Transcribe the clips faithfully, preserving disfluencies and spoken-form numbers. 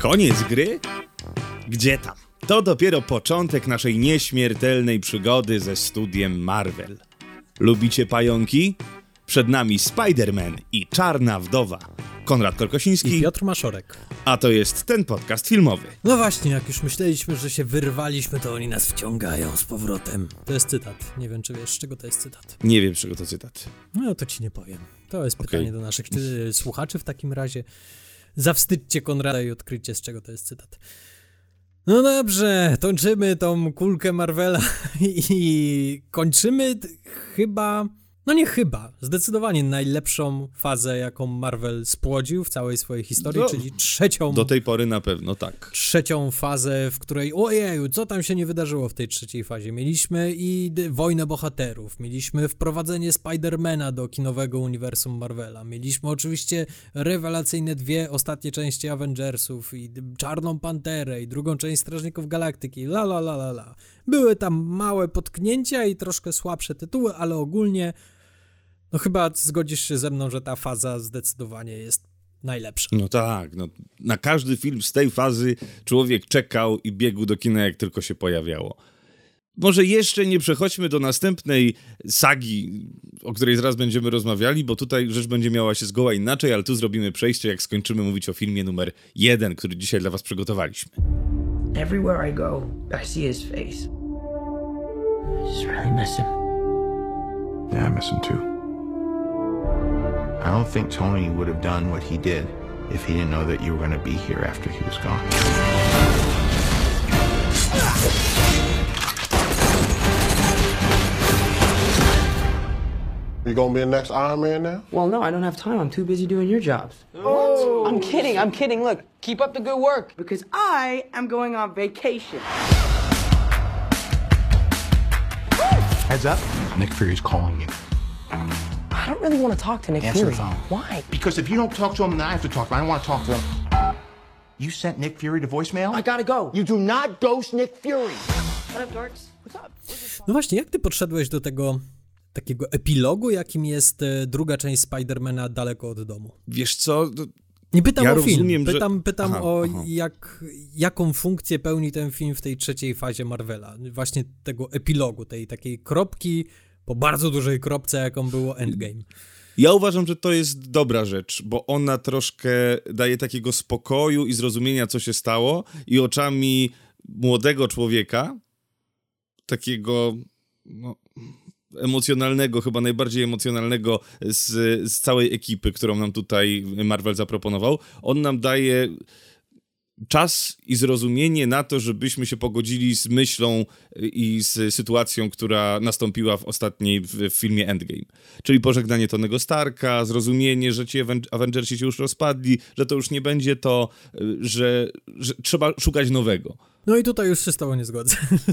Koniec gry? Gdzie tam? To dopiero początek naszej nieśmiertelnej przygody ze studiem Marvel. Lubicie pająki? Przed nami Spider-Man i Czarna Wdowa. Konrad Korkosiński i Piotr Maszorek. A to jest ten podcast filmowy. No właśnie, jak już myśleliśmy, że się wyrwaliśmy, to oni nas wciągają z powrotem. To jest cytat. Nie wiem, czy wiesz, z czego to jest cytat. Nie wiem, z czego to cytat. No to ci nie powiem. To jest Okay. pytanie do naszych y, słuchaczy w takim razie. Zawstydźcie Konrada i odkryjcie, z czego to jest cytat. No dobrze, kończymy tą kulkę Marvela i kończymy t- chyba... No nie chyba, zdecydowanie najlepszą fazę, jaką Marvel spłodził w całej swojej historii, No, czyli trzecią... Do tej pory na pewno, tak. Trzecią fazę, w której, ojeju, co tam się nie wydarzyło w tej trzeciej fazie? Mieliśmy i d- wojnę bohaterów, mieliśmy wprowadzenie Spidermana do kinowego uniwersum Marvela, mieliśmy oczywiście rewelacyjne dwie ostatnie części Avengersów i d- Czarną Panterę i drugą część Strażników Galaktyki, la la la la la. Były tam małe potknięcia i troszkę słabsze tytuły, ale ogólnie no chyba zgodzisz się ze mną, że ta faza zdecydowanie jest najlepsza. No tak, no, na każdy film z tej fazy człowiek czekał i biegł do kina, jak tylko się pojawiało. Może jeszcze nie przechodźmy do następnej sagi, o której zaraz będziemy rozmawiali, bo tutaj rzecz będzie miała się zgoła inaczej, ale tu zrobimy przejście, jak skończymy mówić o filmie numer jeden, który dzisiaj dla was przygotowaliśmy. Everywhere I go, I see his face. I just really miss him. Yeah, I miss him too. I don't think Tony would have done what he did if he didn't know that you were going to be here after he was gone. You gonna be the next Iron Man now? Well, no, I don't have time. I'm too busy doing your jobs. Oh. I'm kidding. I'm kidding. Look, keep up the good work. Because I am going on vacation. Heads up, Nick Fury's calling you. I don't really want to talk to Nick Answer Fury. the phone. Why? Because if you don't talk to him, then I have to talk to him. I don't want to talk to him. You sent Nick Fury to voicemail? I gotta go. You do not ghost Nick Fury. What up, dorks? What's up? No właśnie, jak ty podszedłeś do tego takiego epilogu, jakim jest e, druga część Spidermana Daleko od domu? Wiesz co... To... Nie pytam Ja o film, rozumiem, że- pytam, pytam Aha, o aha. Jak, jaką funkcję pełni ten film w tej trzeciej fazie Marvela. Właśnie tego epilogu, tej takiej kropki po bardzo dużej kropce, jaką było Endgame. Ja uważam, że to jest dobra rzecz, bo ona troszkę daje takiego spokoju i zrozumienia, co się stało, i oczami młodego człowieka, takiego no, emocjonalnego, chyba najbardziej emocjonalnego z, z całej ekipy, którą nam tutaj Marvel zaproponował, on nam daje czas i zrozumienie na to, żebyśmy się pogodzili z myślą i z sytuacją, która nastąpiła w ostatniej w, w filmie Endgame. Czyli pożegnanie Tonego Starka, zrozumienie, że ci Aven- Avengersi się już rozpadli, że to już nie będzie to, że, że trzeba szukać nowego. No i tutaj już się z tobą nie zgodzę,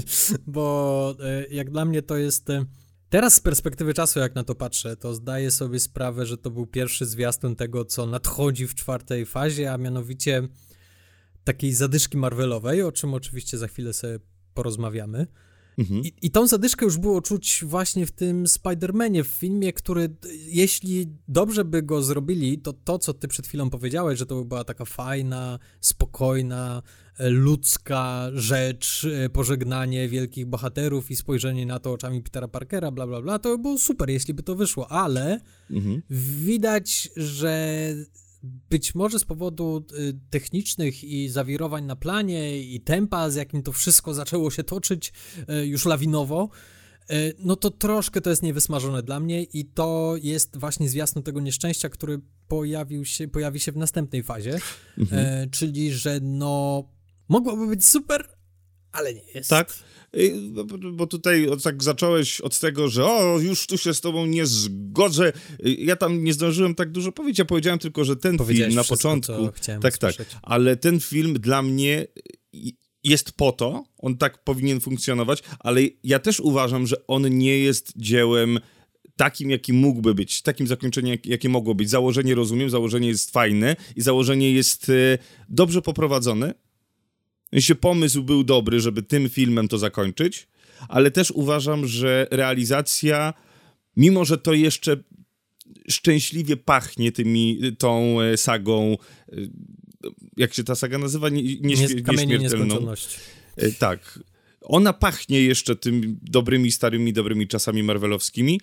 bo e, jak dla mnie to jest... E, teraz z perspektywy czasu, jak na to patrzę, to zdaję sobie sprawę, że to był pierwszy zwiastun tego, co nadchodzi w czwartej fazie, a mianowicie takiej zadyszki Marvelowej, o czym oczywiście za chwilę sobie porozmawiamy. Mhm. I, I tą zadyszkę już było czuć właśnie w tym Spider-Manie, w filmie, który, jeśli dobrze by go zrobili, to to, co ty przed chwilą powiedziałeś, że to by była taka fajna, spokojna, e, ludzka rzecz, e, pożegnanie wielkich bohaterów i spojrzenie na to oczami Petera Parkera, bla, bla, bla, to by było super, jeśli by to wyszło, ale Mhm. widać, że być może z powodu y, technicznych i zawirowań na planie i tempa, z jakim to wszystko zaczęło się toczyć y, już lawinowo, y, no to troszkę to jest niewysmażone dla mnie i to jest właśnie zwiastun tego nieszczęścia, który pojawił się, pojawi się w następnej fazie, Mhm. y, czyli że no mogłoby być super, ale nie jest. Tak? Y, Bo, bo tutaj o, tak zacząłeś od tego, że o, już tu się z tobą nie zgodzę. Y, Ja tam nie zdążyłem tak dużo powiedzieć, ja powiedziałem tylko, że ten Powiedziałeś film na wszystko, początku... co chciałem tak, tak, usłyszeć. ale ten film dla mnie y, jest po to, on tak powinien funkcjonować, ale ja też uważam, że on nie jest dziełem takim, jaki mógłby być, takim zakończeniem, jak, jakie mogło być. Założenie rozumiem, założenie jest fajne i założenie jest y, dobrze poprowadzone. Jeśli pomysł był dobry, żeby tym filmem to zakończyć, ale też uważam, że realizacja, mimo że to jeszcze szczęśliwie pachnie tymi, tą sagą jak się ta saga nazywa? Nie, nie, Nie, nie, Kamienie nieśmiertelną. Nieskończoności. E, tak. Ona pachnie jeszcze tymi dobrymi, starymi, dobrymi czasami marvelowskimi.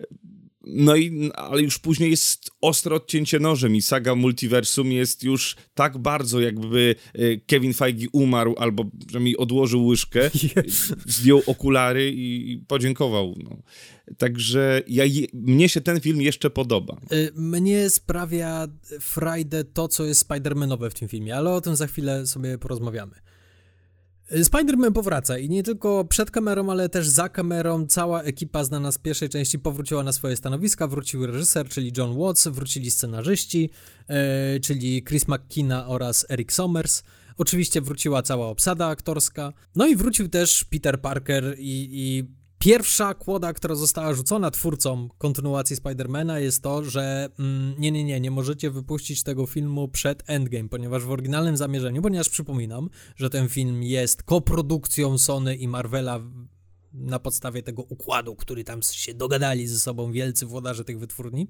No i, ale już później jest ostre odcięcie nożem i saga Multiversum jest już tak bardzo, jakby Kevin Feige umarł albo przynajmniej odłożył łyżkę, zdjął okulary i podziękował. No. Także ja, mnie się ten film jeszcze podoba. Mnie sprawia frajdę to, co jest Spider-Manowe w tym filmie, ale o tym za chwilę sobie porozmawiamy. Spider-Man powraca i nie tylko przed kamerą, ale też za kamerą. Cała ekipa znana z pierwszej części powróciła na swoje stanowiska. Wrócił reżyser, czyli John Watts, wrócili scenarzyści, e, czyli Chris McKenna oraz Eric Sommers. Oczywiście wróciła cała obsada aktorska. No i wrócił też Peter Parker i, i pierwsza kłoda, która została rzucona twórcom kontynuacji Spider-Mana jest to, że mm, nie, nie, nie, nie możecie wypuścić tego filmu przed Endgame, ponieważ w oryginalnym zamierzeniu, ponieważ przypominam, że ten film jest koprodukcją Sony i Marvela na podstawie tego układu, który tam się dogadali ze sobą wielcy włodarze tych wytwórni.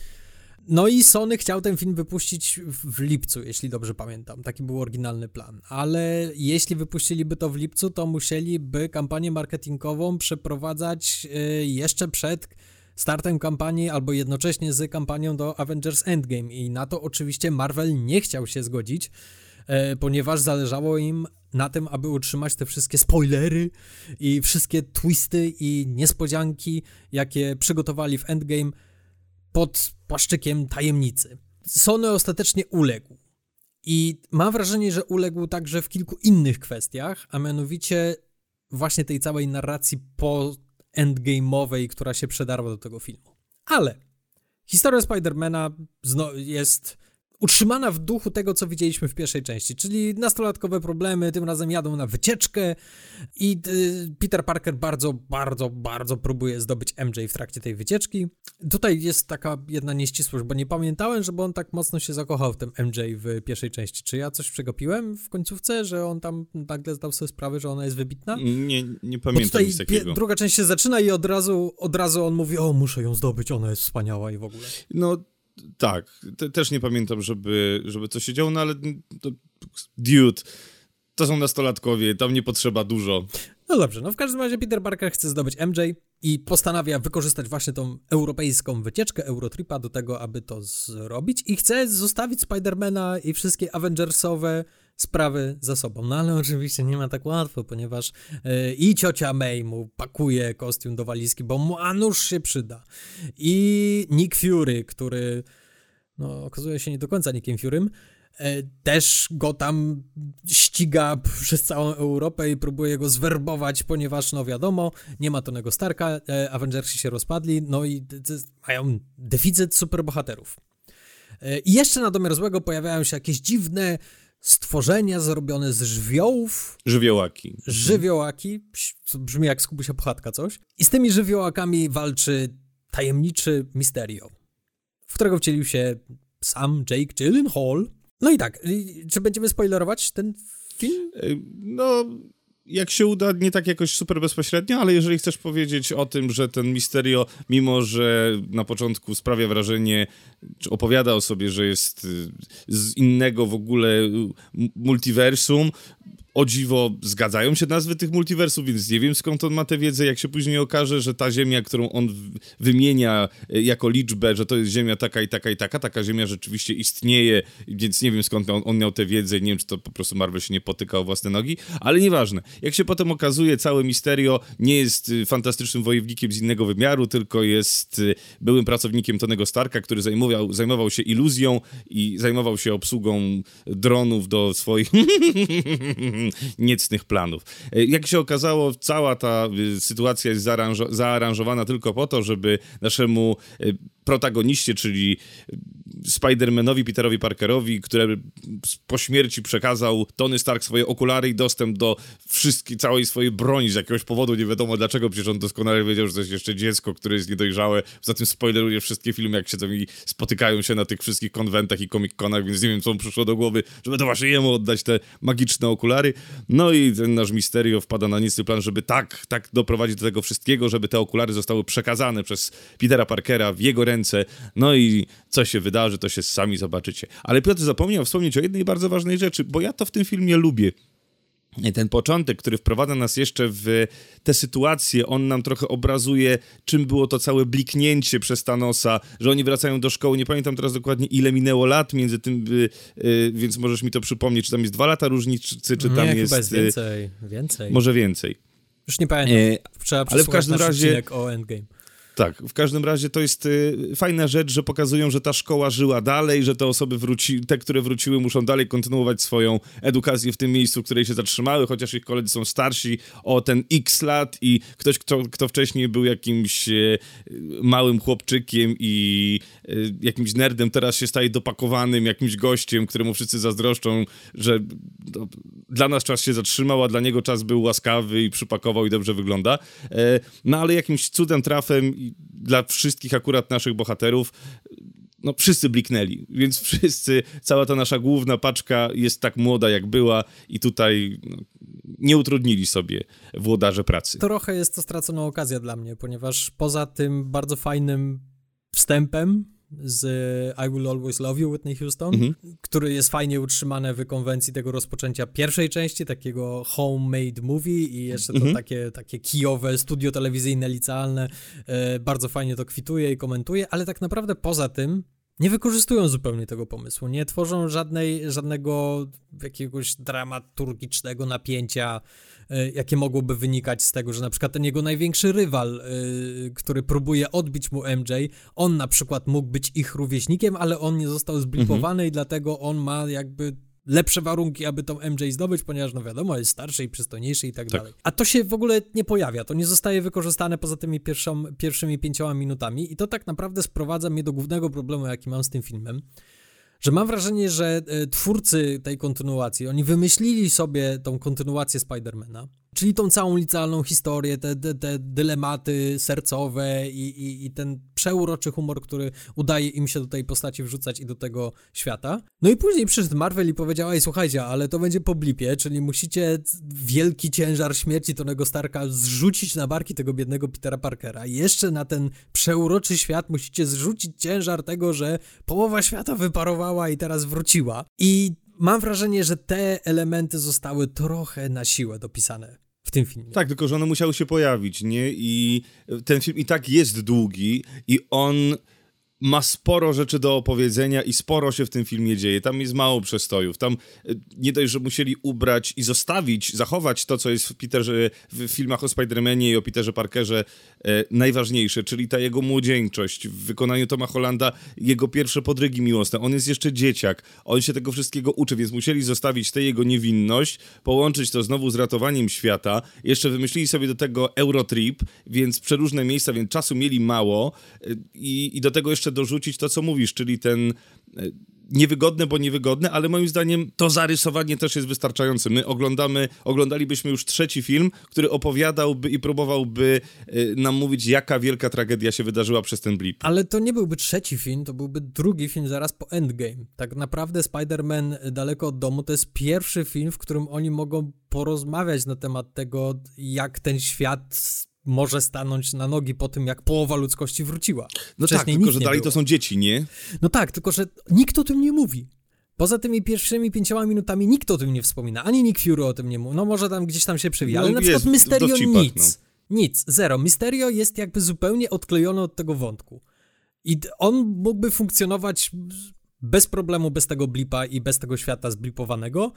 No i Sony chciał ten film wypuścić w, w lipcu, jeśli dobrze pamiętam. Taki był oryginalny plan. Ale jeśli wypuściliby to w lipcu, to musieliby kampanię marketingową przeprowadzać y, jeszcze przed startem kampanii albo jednocześnie z kampanią do Avengers Endgame. I na to oczywiście Marvel nie chciał się zgodzić, y, ponieważ zależało im na tym, aby utrzymać te wszystkie spoilery i wszystkie twisty i niespodzianki, jakie przygotowali w Endgame pod płaszczykiem tajemnicy. Sony ostatecznie uległ. I mam wrażenie, że uległ także w kilku innych kwestiach, a mianowicie właśnie tej całej narracji po-endgame'owej, która się przedarła do tego filmu. Ale historia Spider-Mana jest utrzymana w duchu tego, co widzieliśmy w pierwszej części, czyli nastolatkowe problemy, tym razem jadą na wycieczkę i y, Peter Parker bardzo, bardzo, bardzo próbuje zdobyć M J w trakcie tej wycieczki. Tutaj jest taka jedna nieścisłość, bo nie pamiętałem, żeby on tak mocno się zakochał w tym M J w pierwszej części. Czy ja coś przegapiłem w końcówce, że on tam nagle zdał sobie sprawę, że ona jest wybitna? Nie, nie pamiętam tutaj nic takiego. Druga część się zaczyna i od razu, od razu on mówi, o, muszę ją zdobyć, ona jest wspaniała i w ogóle. No tak, te, też nie pamiętam, żeby, żeby coś się działo, no ale to, dude, to są nastolatkowie, tam nie potrzeba dużo. No dobrze, no w każdym razie Peter Parker chce zdobyć M J i postanawia wykorzystać właśnie tą europejską wycieczkę, Eurotripa do tego, aby to zrobić i chce zostawić Spidermana i wszystkie Avengersowe sprawy za sobą. No ale oczywiście nie ma tak łatwo, ponieważ yy, i ciocia May mu pakuje kostium do walizki, bo mu a nuż się przyda. I Nick Fury, który no okazuje się nie do końca Nickiem Furym, też go tam ściga przez całą Europę i próbuje go zwerbować, ponieważ, no wiadomo, nie ma Tonego Starka, Avengersi się rozpadli, no i mają deficyt superbohaterów. I jeszcze na domiar złego pojawiają się jakieś dziwne stworzenia zrobione z żywiołów. Żywiołaki. Żywiołaki, brzmi jak z Kubusia Puchatka coś. I z tymi żywiołakami walczy tajemniczy Mysterio, w którego wcielił się sam Jake Gyllenhaal. No i tak, czy będziemy spoilerować ten film? No, jak się uda, nie tak jakoś super bezpośrednio, ale jeżeli chcesz powiedzieć o tym, że ten Mysterio, mimo że na początku sprawia wrażenie, czy opowiada o sobie, że jest z innego w ogóle multiversum, o dziwo zgadzają się nazwy tych multiversów, więc nie wiem skąd on ma tę wiedzę, jak się później okaże, że ta ziemia, którą on wymienia jako liczbę, że to jest ziemia taka i taka i taka, taka ziemia rzeczywiście istnieje, więc nie wiem skąd on, on miał tę wiedzę, nie wiem czy to po prostu Marvel się nie potyka o własne nogi, ale nieważne. Jak się potem okazuje, całe Mysterio nie jest fantastycznym wojownikiem z innego wymiaru, tylko jest byłym pracownikiem Tonego Starka, który zajmował, zajmował się iluzją i zajmował się obsługą dronów do swoich niecnych planów. Jak się okazało, cała ta sytuacja jest zaaranżo- zaaranżowana tylko po to, żeby naszemu protagoniście, czyli Spider-Manowi, Peterowi Parkerowi, który po śmierci przekazał Tony Stark swoje okulary i dostęp do wszystkiej, całej swojej broni z jakiegoś powodu, nie wiadomo dlaczego, przecież on doskonale wiedział, że to jest jeszcze dziecko, które jest niedojrzałe, poza tym spoileruje wszystkie filmy, jak siedzą i spotykają się na tych wszystkich konwentach i comic-conach, więc nie wiem, co mu przyszło do głowy, żeby to właśnie jemu oddać te magiczne okulary. dalej. No i ten nasz Mysterio wpada na niecny plan, żeby tak, tak doprowadzić do tego wszystkiego, żeby te okulary zostały przekazane przez Petera Parkera w jego ręce. No i co się wydarzy, to się sami zobaczycie. Ale Piotr zapomniał wspomnieć o jednej bardzo ważnej rzeczy, bo ja to w tym filmie lubię. Ten początek, który wprowadza nas jeszcze w te sytuacje, on nam trochę obrazuje, czym było to całe bliknięcie przez Thanosa, że oni wracają do szkoły. Nie pamiętam teraz dokładnie, ile minęło lat między tym, yy, yy, więc możesz mi to przypomnieć, czy tam jest dwa lata różnicy, czy tam nie, jest... chyba jest więcej, więcej. Może więcej. Już nie pamiętam, e, trzeba ale w każdym nasz razie odcinek o Endgame. Tak, w każdym razie to jest y, fajna rzecz, że pokazują, że ta szkoła żyła dalej, że te osoby wróci, te, które wróciły, muszą dalej kontynuować swoją edukację w tym miejscu, w której się zatrzymały, chociaż ich koledzy są starsi o ten x lat i ktoś, kto, kto wcześniej był jakimś y, małym chłopczykiem i y, jakimś nerdem, teraz się staje dopakowanym jakimś gościem, któremu wszyscy zazdroszczą, że no, dla nas czas się zatrzymał, a dla niego czas był łaskawy i przypakował i dobrze wygląda. Y, no ale jakimś cudem, trafem i dla wszystkich akurat naszych bohaterów, no wszyscy bliknęli, więc wszyscy, cała ta nasza główna paczka jest tak młoda jak była i tutaj no, nie utrudnili sobie włodarze pracy. Trochę jest to stracona okazja dla mnie, ponieważ poza tym bardzo fajnym wstępem z I Will Always Love You Whitney Houston, mhm. który jest fajnie utrzymany w konwencji tego rozpoczęcia pierwszej części, takiego homemade movie i jeszcze to mhm. takie, takie kijowe studio telewizyjne licealne, e, bardzo fajnie to kwituje i komentuje, ale tak naprawdę poza tym nie wykorzystują zupełnie tego pomysłu, nie tworzą żadnej, żadnego jakiegoś dramaturgicznego napięcia, jakie mogłoby wynikać z tego, że na przykład ten jego największy rywal, yy, który próbuje odbić mu M J, on na przykład mógł być ich rówieśnikiem, ale on nie został zblipowany mhm. i dlatego on ma jakby lepsze warunki, aby tą M J zdobyć, ponieważ no wiadomo, jest starszy i przystojniejszy i tak, tak dalej. A to się w ogóle nie pojawia, to nie zostaje wykorzystane poza tymi pierwszą, pierwszymi pięcioma minutami i to tak naprawdę sprowadza mnie do głównego problemu, jaki mam z tym filmem, że mam wrażenie, że twórcy tej kontynuacji, oni wymyślili sobie tą kontynuację Spidermana, czyli tą całą licealną historię, te, te, te dylematy sercowe i, i, i ten przeuroczy humor, który udaje im się do tej postaci wrzucać i do tego świata. No i później przyszedł Marvel i powiedział, ej słuchajcie, ale to będzie po blipie, czyli musicie wielki ciężar śmierci Tonego Starka zrzucić na barki tego biednego Petera Parkera. I jeszcze na ten przeuroczy świat musicie zrzucić ciężar tego, że połowa świata wyparowała i teraz wróciła. I mam wrażenie, że te elementy zostały trochę na siłę dopisane w tym filmie. Tak, tylko że one musiały się pojawić, nie? I ten film i tak jest długi i on ma sporo rzeczy do opowiedzenia i sporo się w tym filmie dzieje. Tam jest mało przestojów. Tam nie dość, że musieli ubrać i zostawić, zachować to, co jest w Peterze, w filmach o Spider-Manie i o Peterze Parkerze e, najważniejsze, czyli ta jego młodzieńczość w wykonaniu Toma Hollanda, jego pierwsze podrygi miłosne. On jest jeszcze dzieciak. On się tego wszystkiego uczy, więc musieli zostawić tę jego niewinność, połączyć to znowu z ratowaniem świata. Jeszcze wymyślili sobie do tego Eurotrip, więc przeróżne miejsca, więc czasu mieli mało e, i, i do tego jeszcze dorzucić to, co mówisz, czyli ten niewygodne, bo niewygodne, ale moim zdaniem to zarysowanie też jest wystarczające. My oglądamy, oglądalibyśmy już trzeci film, który opowiadałby i próbowałby y, nam mówić, jaka wielka tragedia się wydarzyła przez ten blip. Ale to nie byłby trzeci film, to byłby drugi film zaraz po Endgame. Tak naprawdę Spider-Man Daleko od domu to jest pierwszy film, w którym oni mogą porozmawiać na temat tego, jak ten świat może stanąć na nogi po tym, jak połowa ludzkości wróciła. No tak, tylko że dalej było. To są dzieci, nie? No tak, tylko że nikt o tym nie mówi. Poza tymi pierwszymi pięcioma minutami nikt o tym nie wspomina, ani Nick Fury o tym nie mówi. No może tam gdzieś tam się przewija, no, ale na przykład Mysterio nic. No. Nic, zero. Mysterio jest jakby zupełnie odklejony od tego wątku. I on mógłby funkcjonować bez problemu, bez tego blipa i bez tego świata zblipowanego,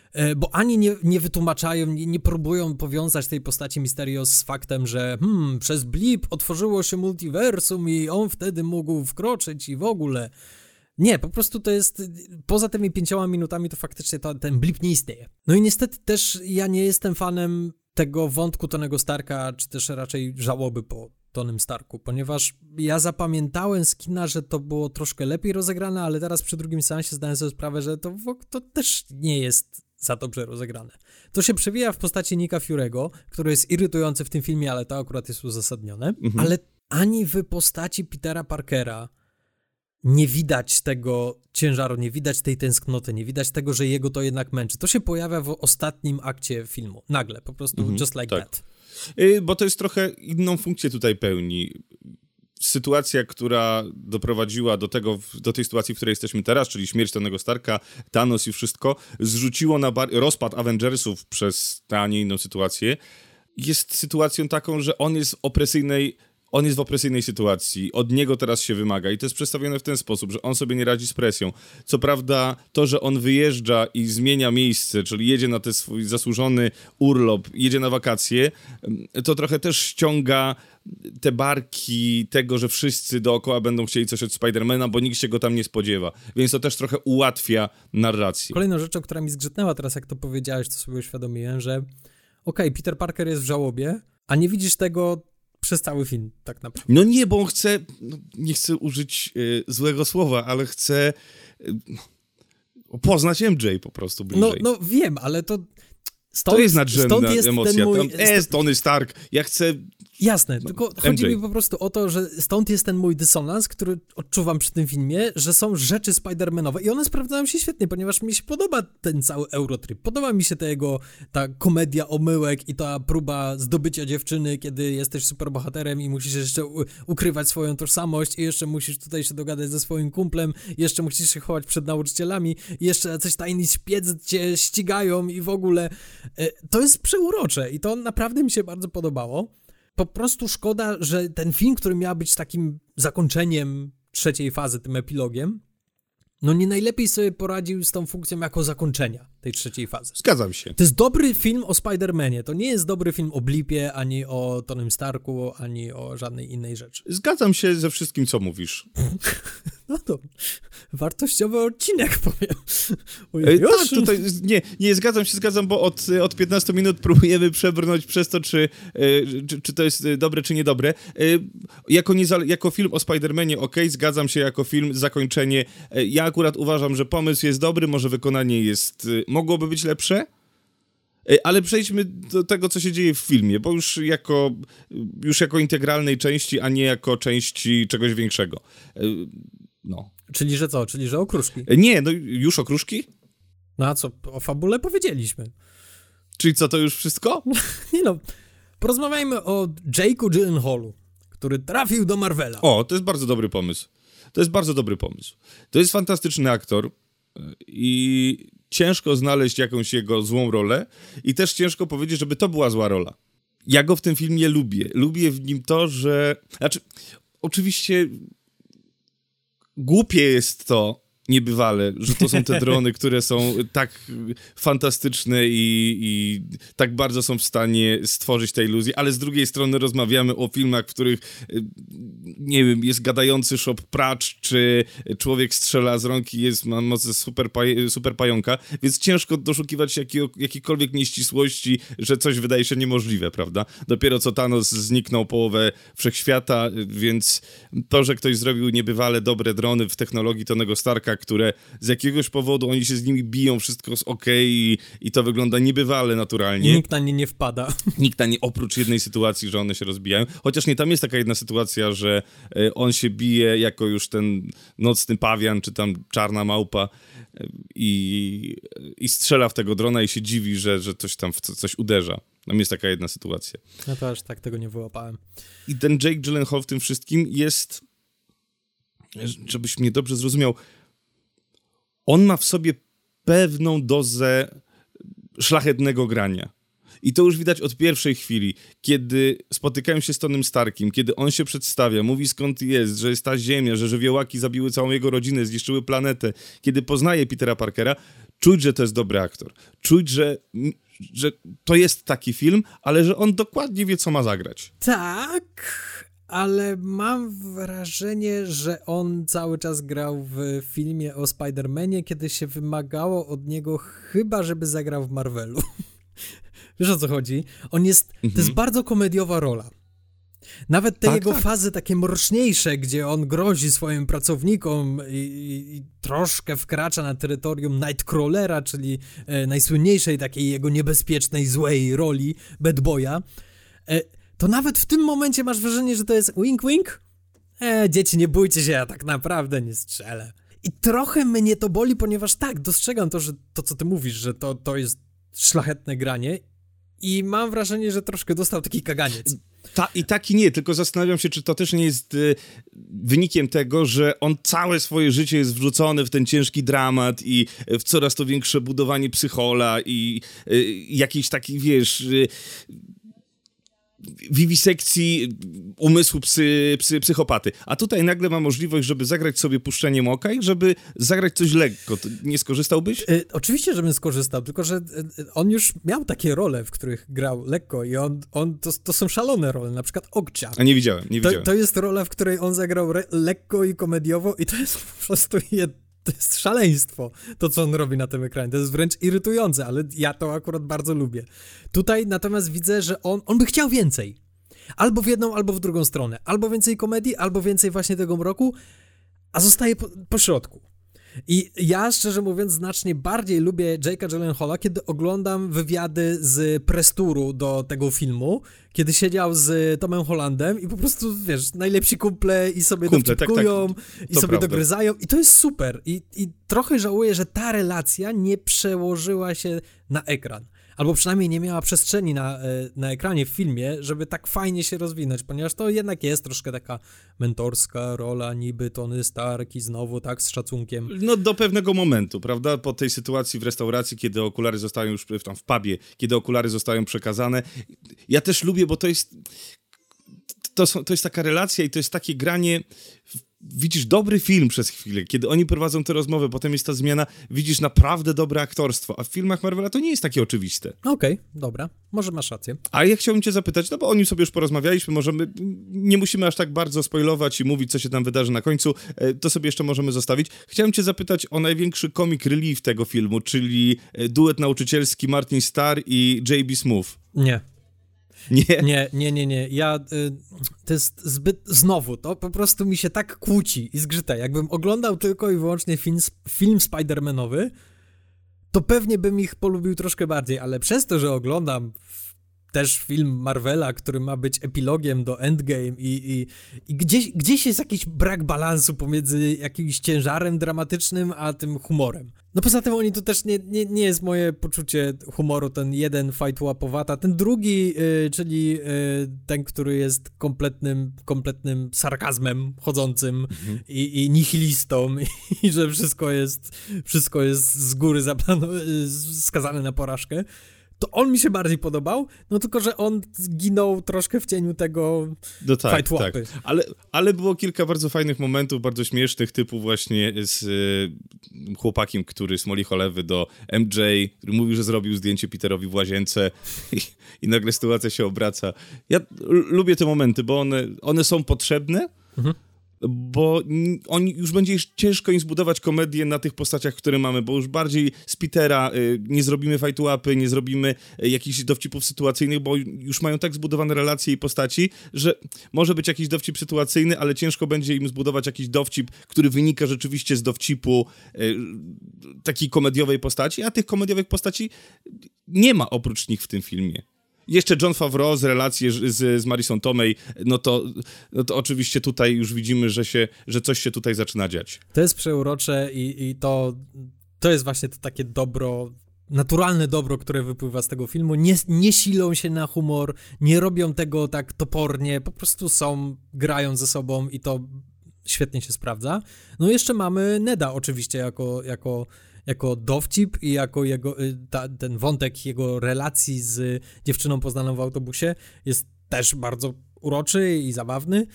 bo ani nie, nie wytłumaczają, nie, nie próbują powiązać tej postaci Mysterio z faktem, że hmm, przez blip otworzyło się multiversum i on wtedy mógł wkroczyć i w ogóle. Nie, po prostu to jest, poza tymi pięcioma minutami to faktycznie to, ten blip nie istnieje. No i niestety też ja nie jestem fanem tego wątku Tonego Starka, czy też raczej żałoby po Tonym Starku, ponieważ ja zapamiętałem z kina, że to było troszkę lepiej rozegrane, ale teraz przy drugim seansie zdałem sobie sprawę, że to, to też nie jest za dobrze rozegrane. To się przewija w postaci Nicka Fury'ego, który jest irytujący w tym filmie, ale to akurat jest uzasadnione, mhm. ale ani w postaci Petera Parkera nie widać tego ciężaru, nie widać tej tęsknoty, nie widać tego, że jego to jednak męczy. To się pojawia w ostatnim akcie filmu. Nagle, po prostu mhm, just like tak. that. Yy, bo to jest trochę inną funkcję tutaj pełni. Sytuacja, która doprowadziła do tego, do tej sytuacji, w której jesteśmy teraz, czyli śmierć Tonego Starka, Thanos i wszystko, zrzuciło na bar- rozpad Avengersów przez tę, a nie inną sytuację, jest sytuacją taką, że on jest w opresyjnej On jest w opresyjnej sytuacji, od niego teraz się wymaga i to jest przedstawione w ten sposób, że on sobie nie radzi z presją. Co prawda to, że on wyjeżdża i zmienia miejsce, czyli jedzie na ten swój zasłużony urlop, jedzie na wakacje, to trochę też ściąga te barki tego, że wszyscy dookoła będą chcieli coś od Spidermana, bo nikt się go tam nie spodziewa. Więc to też trochę ułatwia narrację. Kolejną rzeczą, która mi zgrzytnęła teraz, jak to powiedziałeś, to sobie uświadomiłem, że okej, okay, Peter Parker jest w żałobie, a nie widzisz tego przez cały film, tak naprawdę. No nie, bo on chce, no nie chcę użyć y, złego słowa, ale chce y, poznać M J po prostu bliżej. No, no wiem, ale to... Stąd, to jest nadrzędna stąd jest emocja. Ten mój, Tam jest Tony Stark, ja chcę... Jasne, no, tylko chodzi M J. mi po prostu o to, że stąd jest ten mój dysonans, który odczuwam przy tym filmie, że są rzeczy Spider-Manowe i one sprawdzają się świetnie, ponieważ mi się podoba ten cały Eurotrip. Podoba mi się ta jego, ta komedia omyłek i ta próba zdobycia dziewczyny, kiedy jesteś superbohaterem i musisz jeszcze u- ukrywać swoją tożsamość i jeszcze musisz tutaj się dogadać ze swoim kumplem, jeszcze musisz się chować przed nauczycielami i jeszcze jacyś tajni śpiec cię ścigają i w ogóle to jest przeurocze i to naprawdę mi się bardzo podobało. Po prostu szkoda, że ten film, który miał być takim zakończeniem trzeciej fazy, tym epilogiem, no nie najlepiej sobie poradził z tą funkcją jako zakończenia tej trzeciej fazy. Zgadzam się. To jest dobry film o Spider-Manie, to nie jest dobry film o Blipie, ani o Tonym Starku, ani o żadnej innej rzeczy. Zgadzam się ze wszystkim, co mówisz. No to wartościowy odcinek, powiem. Ej, tak, tutaj nie, nie, zgadzam się, zgadzam, bo od, od piętnastu minut próbujemy przebrnąć przez to, czy, czy, czy to jest dobre, czy niedobre. Jako, niezale- jako film o Spider-Manie, okej, okay, zgadzam się, jako film, zakończenie. Ja akurat uważam, że pomysł jest dobry, może wykonanie jest, mogłoby być lepsze, ale przejdźmy do tego, co się dzieje w filmie, bo już jako, już jako integralnej części, a nie jako części czegoś większego. No. Czyli, że co? Czyli, że okruszki? Nie, no już okruszki? No a co? O fabule powiedzieliśmy. Czyli co, to już wszystko? Nie no, porozmawiajmy o Jake'u Gyllenhaalu, który trafił do Marvela. O, to jest bardzo dobry pomysł. To jest bardzo dobry pomysł. To jest fantastyczny aktor i ciężko znaleźć jakąś jego złą rolę i też ciężko powiedzieć, żeby to była zła rola. Ja go w tym filmie lubię. Lubię w nim to, że... Znaczy, oczywiście głupie jest to, niebywale, że to są te drony, które są tak fantastyczne i, i tak bardzo są w stanie stworzyć tę iluzję, ale z drugiej strony rozmawiamy o filmach, w których, nie wiem, jest gadający shop pracz, czy człowiek strzela z rąk i jest, ma moc super, paj, super pająka, więc ciężko doszukiwać się jakiego, jakiejkolwiek nieścisłości, że coś wydaje się niemożliwe, prawda? Dopiero co Thanos zniknął połowę wszechświata, więc to, że ktoś zrobił niebywale dobre drony w technologii Tonego Starka, które z jakiegoś powodu oni się z nimi biją, wszystko jest okej i, i to wygląda niebywale naturalnie. I nikt na nie nie wpada. Nikt na nie, oprócz jednej sytuacji, że one się rozbijają. Chociaż nie, tam jest taka jedna sytuacja, że y, on się bije jako już ten nocny pawian, czy tam czarna małpa y, i, i strzela w tego drona i się dziwi, że, że coś tam w co, coś uderza. Tam jest taka jedna sytuacja. No to aż tak tego nie wyłapałem. I ten Jake Gyllenhaal w tym wszystkim jest, żebyś mnie dobrze zrozumiał, on ma w sobie pewną dozę szlachetnego grania. I to już widać od pierwszej chwili, kiedy spotykają się z Tonym Starkiem, kiedy on się przedstawia, mówi skąd jest, że jest ta ziemia, że żywiołaki zabiły całą jego rodzinę, zniszczyły planetę. Kiedy poznaje Petera Parkera, czuć, że to jest dobry aktor. Czuć, że, że to jest taki film, ale że on dokładnie wie, co ma zagrać. Tak, ale mam wrażenie, że on cały czas grał w filmie o Spider-Manie, kiedy się wymagało od niego chyba, żeby zagrał w Marvelu. Wiesz, o co chodzi? On jest, mhm. To jest bardzo komediowa rola. Nawet te tak, jego tak. fazy takie mroczniejsze, gdzie on grozi swoim pracownikom i, i, i troszkę wkracza na terytorium Nightcrawlera, czyli e, najsłynniejszej takiej jego niebezpiecznej, złej roli Bad Boya, e, to nawet w tym momencie masz wrażenie, że to jest wink wink, E, dzieci, nie bójcie się, ja tak naprawdę nie strzelę. I trochę mnie to boli, ponieważ tak, dostrzegam to, że to, co ty mówisz, że to, to jest szlachetne granie i mam wrażenie, że troszkę dostał taki kaganiec. Ta, I tak i nie, tylko zastanawiam się, czy to też nie jest y, wynikiem tego, że on całe swoje życie jest wrzucony w ten ciężki dramat i w coraz to większe budowanie psychola i y, jakiś taki, wiesz... Y, wiwisekcji umysłu psy, psy, psychopaty. A tutaj nagle ma możliwość, żeby zagrać sobie puszczeniem oka i żeby zagrać coś lekko. To nie skorzystałbyś? Y, oczywiście, żebym skorzystał, tylko że y, on już miał takie role, w których grał lekko i on, on to, to są szalone role, na przykład Okcia. A nie widziałem, nie to, widziałem. To jest rola, w której on zagrał re- lekko i komediowo i to jest po prostu jed... to jest szaleństwo, to co on robi na tym ekranie. To jest wręcz irytujące, ale ja to akurat bardzo lubię. Tutaj natomiast widzę, że on, on by chciał więcej. Albo w jedną, albo w drugą stronę. Albo więcej komedii, albo więcej właśnie tego mroku, a zostaje po, po środku. I ja, szczerze mówiąc, znacznie bardziej lubię Jake'a Gyllenhaala, kiedy oglądam wywiady z presturu do tego filmu, kiedy siedział z Tomem Hollandem i po prostu, wiesz, najlepsi kumple i sobie Kumple, dowcipkują tak, tak, i sobie prawda. dogryzają i to jest super. I, I trochę żałuję, że ta relacja nie przełożyła się na ekran. Albo przynajmniej nie miała przestrzeni na, na ekranie w filmie, żeby tak fajnie się rozwinąć, ponieważ to jednak jest troszkę taka mentorska rola, niby Tony Stark i znowu tak z szacunkiem. No do pewnego momentu, prawda? Po tej sytuacji w restauracji, kiedy okulary zostają już tam w pubie, kiedy okulary zostają przekazane. Ja też lubię, bo to jest to, są, to jest taka relacja i to jest takie granie. Widzisz dobry film przez chwilę, kiedy oni prowadzą tę rozmowę, potem jest ta zmiana, widzisz naprawdę dobre aktorstwo, a w filmach Marvela to nie jest takie oczywiste. Okej, okay, dobra, może masz rację. A ja chciałbym cię zapytać, no bo o nim sobie już porozmawialiśmy, możemy, nie musimy aż tak bardzo spoilować i mówić, co się tam wydarzy na końcu, to sobie jeszcze możemy zostawić. Chciałem cię zapytać o największy comic relief tego filmu, czyli duet nauczycielski Martin Starr i J B. Smoove. Nie. Nie? Nie, nie, nie, nie. Ja, y, to jest zbyt, znowu, to po prostu mi się tak kłóci i zgrzyta. Jakbym oglądał tylko i wyłącznie film, film Spider-Manowy, to pewnie bym ich polubił troszkę bardziej, ale przez to, że oglądam też film Marvela, który ma być epilogiem do Endgame i, i, i gdzieś, gdzieś jest jakiś brak balansu pomiędzy jakimś ciężarem dramatycznym, a tym humorem. No poza tym oni to też nie, nie, nie jest moje poczucie humoru, ten jeden fight łapowata, ten drugi, yy, czyli yy, ten, który jest kompletnym, kompletnym sarkazmem chodzącym mhm. i, i nihilistą i, i że wszystko jest, wszystko jest z góry zaplano- skazane na porażkę. To on mi się bardziej podobał, no tylko, że on zginął troszkę w cieniu tego no tak, fight łapy. Tak. Ale, ale było kilka bardzo fajnych momentów, bardzo śmiesznych, typu właśnie z y, chłopakiem, który smoli cholewy do M J, który mówił, że zrobił zdjęcie Peterowi w łazience i, i nagle sytuacja się obraca. Ja l- lubię te momenty, bo one, one są potrzebne, mhm. bo oni już będzie ciężko im zbudować komedię na tych postaciach, które mamy, bo już bardziej z Petera y, nie zrobimy fight łapy, nie zrobimy y, jakichś dowcipów sytuacyjnych, bo już mają tak zbudowane relacje i postaci, że może być jakiś dowcip sytuacyjny, ale ciężko będzie im zbudować jakiś dowcip, który wynika rzeczywiście z dowcipu y, takiej komediowej postaci, a tych komediowych postaci nie ma oprócz nich w tym filmie. Jeszcze Jon Favreau z relacji z, z Marissą Tomei, no to, no to oczywiście tutaj już widzimy, że, się, że coś się tutaj zaczyna dziać. To jest przeurocze i, i to, to jest właśnie to takie dobro, naturalne dobro, które wypływa z tego filmu. Nie, nie silą się na humor, nie robią tego tak topornie, po prostu są, grają ze sobą i to świetnie się sprawdza. No jeszcze mamy Neda oczywiście jako... jako jako dowcip i jako jego, ta, ten wątek jego relacji z dziewczyną poznaną w autobusie jest też bardzo uroczy i zabawny.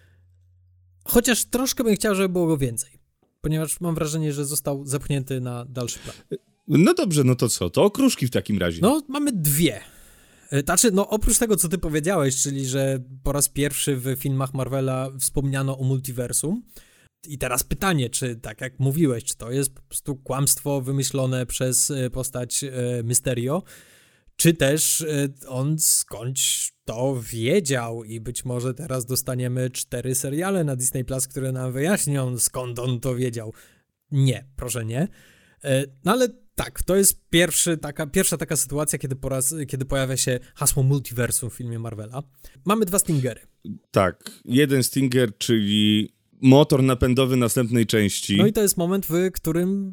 Chociaż troszkę bym chciał, żeby było go więcej, ponieważ mam wrażenie, że został zepchnięty na dalszy plan. No dobrze, no to co? To okruszki w takim razie. No, mamy dwie. Znaczy, no oprócz tego, co ty powiedziałeś, czyli że po raz pierwszy w filmach Marvela wspomniano o multiversum. I teraz pytanie, czy tak jak mówiłeś, czy to jest po prostu kłamstwo wymyślone przez postać Mysterio, czy też on skądś to wiedział i być może teraz dostaniemy cztery seriale na Disney Plus, które nam wyjaśnią, skąd on to wiedział. Nie, proszę nie. No ale tak, to jest pierwszy taka, pierwsza taka sytuacja, kiedy, po raz, kiedy pojawia się hasło multiversum w filmie Marvela. Mamy dwa stingery. Tak, jeden Stinger, czyli motor napędowy następnej części. No i to jest moment, w którym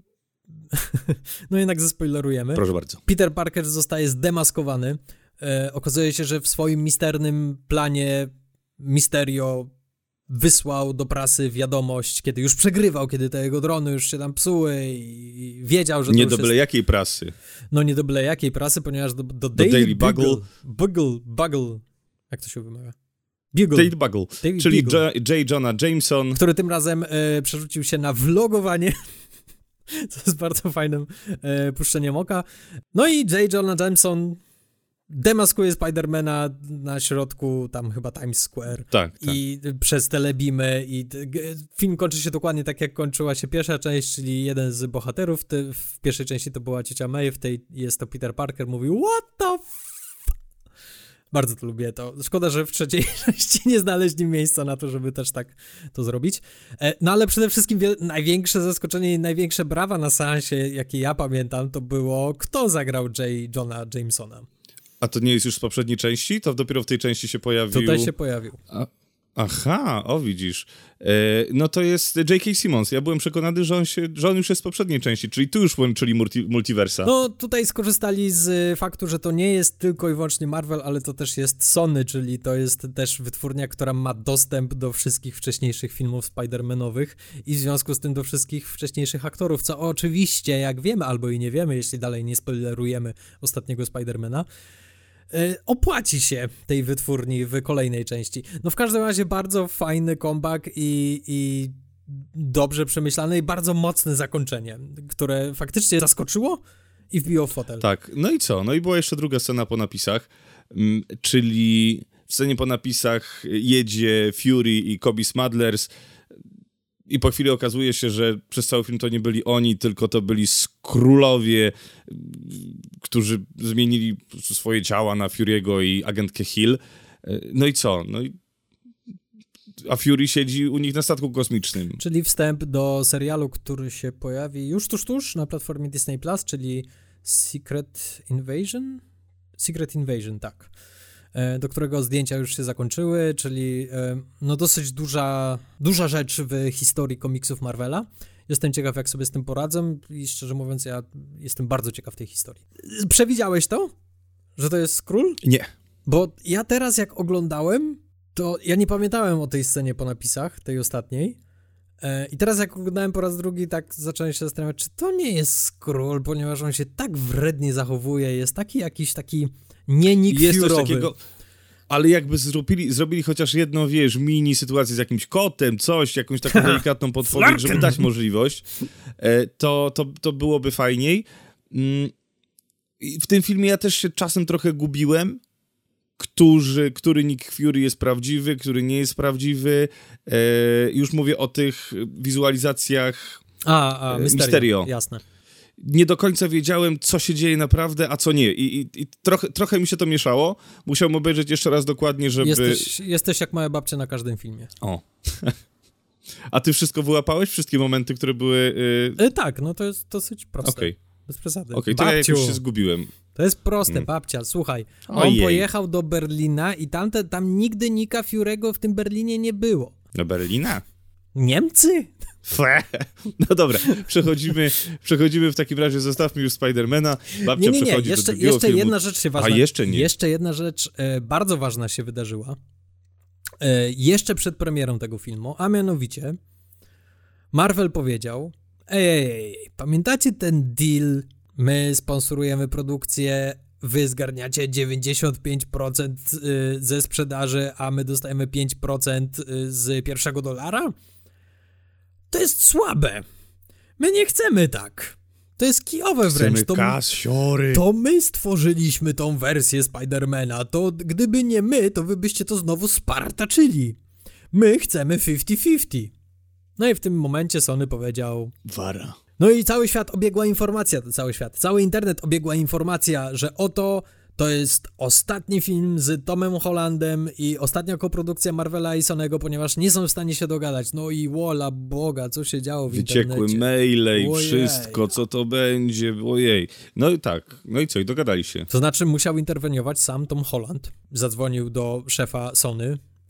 no jednak zaspoilerujemy. Proszę bardzo. Peter Parker zostaje zdemaskowany. E, okazuje się, że w swoim misternym planie Mysterio wysłał do prasy wiadomość, kiedy już przegrywał, kiedy te jego drony już się tam psuły i wiedział, że to Nie już do byle jest... jakiej prasy. No nie do byle jakiej prasy, ponieważ do, do, Do Daily, Daily Bugle, Bugle. Bugle, Bugle, jak to się wymawia? Bugle, Daily Bugle, David czyli Bugle. J. J. Jonah Jameson. który tym razem e, przerzucił się na vlogowanie, co jest bardzo fajnym e, puszczeniem oka. No i J. Jonah Jameson demaskuje Spidermana na środku tam chyba Times Square. Tak, tak. I przez telebimy i t- g- film kończy się dokładnie tak, jak kończyła się pierwsza część, czyli jeden z bohaterów, ty, w pierwszej części to była ciocia May, w tej jest to Peter Parker, mówił what the f... Bardzo to lubię to. Szkoda, że w trzeciej części nie znaleźli miejsca na to, żeby też tak to zrobić. E, no ale przede wszystkim wie- największe zaskoczenie i największe brawa na seansie, jakie ja pamiętam, to było, kto zagrał J. Jonah Jamesona. A to nie jest już z poprzedniej części? To dopiero w tej części się pojawił... Tutaj się pojawił. A, aha, o widzisz. E, no to jest J K. Simmons. Ja byłem przekonany, że on, się, że on już jest z poprzedniej części, czyli tu już łączyli multi, multiversa. No tutaj skorzystali z faktu, że to nie jest tylko i wyłącznie Marvel, ale to też jest Sony, czyli to jest też wytwórnia, która ma dostęp do wszystkich wcześniejszych filmów Spider-Manowych i w związku z tym do wszystkich wcześniejszych aktorów, co oczywiście, jak wiemy albo i nie wiemy, jeśli dalej nie spoilerujemy ostatniego Spider-Mana, opłaci się tej wytwórni w kolejnej części. No w każdym razie bardzo fajny comeback i, i dobrze przemyślane i bardzo mocne zakończenie, które faktycznie zaskoczyło i wbiło w fotel. Tak, no i co? No i była jeszcze druga scena po napisach, mm, czyli w scenie po napisach jedzie Fury i Cobie Smulders i po chwili okazuje się, że przez cały film to nie byli oni, tylko to byli królowie, którzy zmienili swoje ciała na Fury'ego i agentkę Hill. No i co? No i... A Fury siedzi u nich na statku kosmicznym. Czyli wstęp do serialu, który się pojawi już tuż, tuż na platformie Disney Plus, czyli Secret Invasion? Secret Invasion, tak. Do którego zdjęcia już się zakończyły, czyli no dosyć duża, duża rzecz w historii komiksów Marvela. Jestem ciekaw, jak sobie z tym poradzę i szczerze mówiąc, ja jestem bardzo ciekaw tej historii. Przewidziałeś to? Że to jest Skrull? Nie. Bo ja teraz jak oglądałem, to ja nie pamiętałem o tej scenie po napisach, tej ostatniej. I teraz jak oglądałem po raz drugi, tak zacząłem się zastanawiać, czy to nie jest Skrull, ponieważ on się tak wrednie zachowuje, jest taki jakiś taki nie Nick Jest Fury'owy. coś takiego, ale jakby zrobili, zrobili chociaż jedną, wiesz, mini sytuację z jakimś kotem, coś, jakąś taką delikatną podpowiedź, żeby dać możliwość, to, to, to byłoby fajniej. W tym filmie ja też się czasem trochę gubiłem, Którzy, który Nick Fury jest prawdziwy, który nie jest prawdziwy. E, już mówię o tych wizualizacjach A, a Mysterio, Mysterio. Jasne. Nie do końca wiedziałem, co się dzieje naprawdę, a co nie. I, i, i trochę, trochę mi się to mieszało. Musiałem obejrzeć jeszcze raz dokładnie, żeby... Jesteś, jesteś jak moja babcia na każdym filmie. O. A ty wszystko wyłapałeś? Wszystkie momenty, które były... Yy... E, tak, no to jest dosyć proste. Okej. Okay. Bez przesady. Okej, okay, to ja jakoś się zgubiłem. To jest proste, hmm. babcia. Słuchaj, on Ojej. pojechał do Berlina i tamte, tam nigdy Nicka Fury'ego w tym Berlinie nie było. Do Berlina? Niemcy? Fe. No dobra, przechodzimy, przechodzimy w takim razie, zostawmy już Spidermana. Babcia nie, nie, nie, przechodzi jeszcze, do drugiego jeszcze filmu. jedna rzecz się ważna. A jeszcze nie. Jeszcze jedna rzecz e, bardzo ważna się wydarzyła. E, jeszcze przed premierą tego filmu, a mianowicie Marvel powiedział: ej, ej, ej, pamiętacie ten deal? My sponsorujemy produkcję, wy zgarniacie dziewięćdziesiąt pięć procent ze sprzedaży, a my dostajemy pięć procent z pierwszego dolara? To jest słabe. My nie chcemy tak. To jest kijowe wręcz. Chcemy To, kasiory. to my stworzyliśmy tą wersję Spidermana. To gdyby nie my, to wy byście to znowu spartaczyli. My chcemy pięćdziesiąt pięćdziesiąt. No i w tym momencie Sony powiedział... Wara. No i cały świat obiegła informacja, cały świat, cały internet obiegła informacja, że oto to jest ostatni film z Tomem Hollandem i ostatnia koprodukcja Marvela i Sonego, ponieważ nie są w stanie się dogadać. No i wola Boga, co się działo w Wyciekły internecie. maile i Ojej. wszystko, co to będzie, ojej. No i tak, no i co, i dogadali się. To znaczy musiał interweniować sam Tom Holland. Zadzwonił do szefa Sony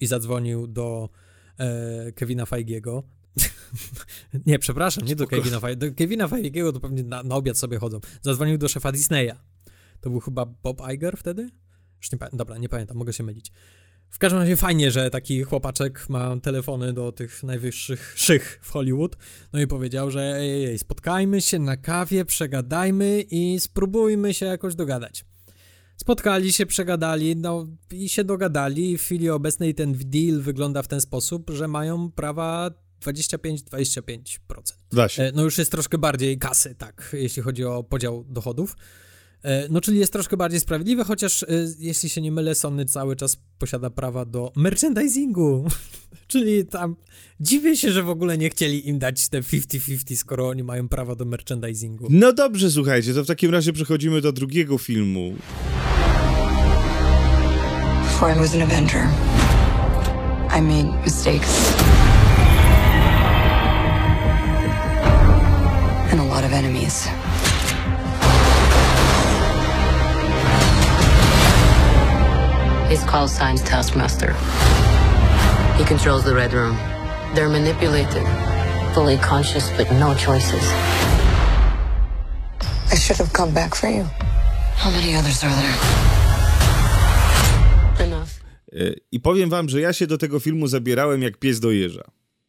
i zadzwonił do e, Kevina Feigiego. nie, przepraszam, nie do Kevina Feigiego. Do Kevina Feigiego to pewnie na, na obiad sobie chodzą. Zadzwonił do szefa Disneya. To był chyba Bob Iger wtedy? Już nie pamiętam, dobra, nie pamiętam, mogę się mylić. W każdym razie fajnie, że taki chłopaczek ma telefony do tych najwyższych szych w Hollywood. No i powiedział, że ej, ej, spotkajmy się na kawie, przegadajmy i spróbujmy się jakoś dogadać. Spotkali się, przegadali, no i się dogadali. W chwili obecnej ten deal wygląda w ten sposób, że mają prawa dwadzieścia pięć dwadzieścia pięć procent. Da się. No już jest troszkę bardziej kasy, tak, jeśli chodzi o podział dochodów. No, czyli jest troszkę bardziej sprawiedliwe, chociaż jeśli się nie mylę, Sony cały czas posiada prawa do merchandisingu. Czyli tam dziwię się, że w ogóle nie chcieli im dać te pięćdziesiąt pięćdziesiąt, skoro oni mają prawa do merchandisingu. No dobrze, słuchajcie, to w takim razie przechodzimy do drugiego filmu. Before I was an Avenger, I made mistakes. And a lot of enemies. He's called Sign's Taskmaster. He controls the Red Room. They're manipulated, fully conscious, but no choices. I should have come back for you. How many others are there? Enough. I powiem wam, że ja się do tego filmu zabierałem jak pies do jeża.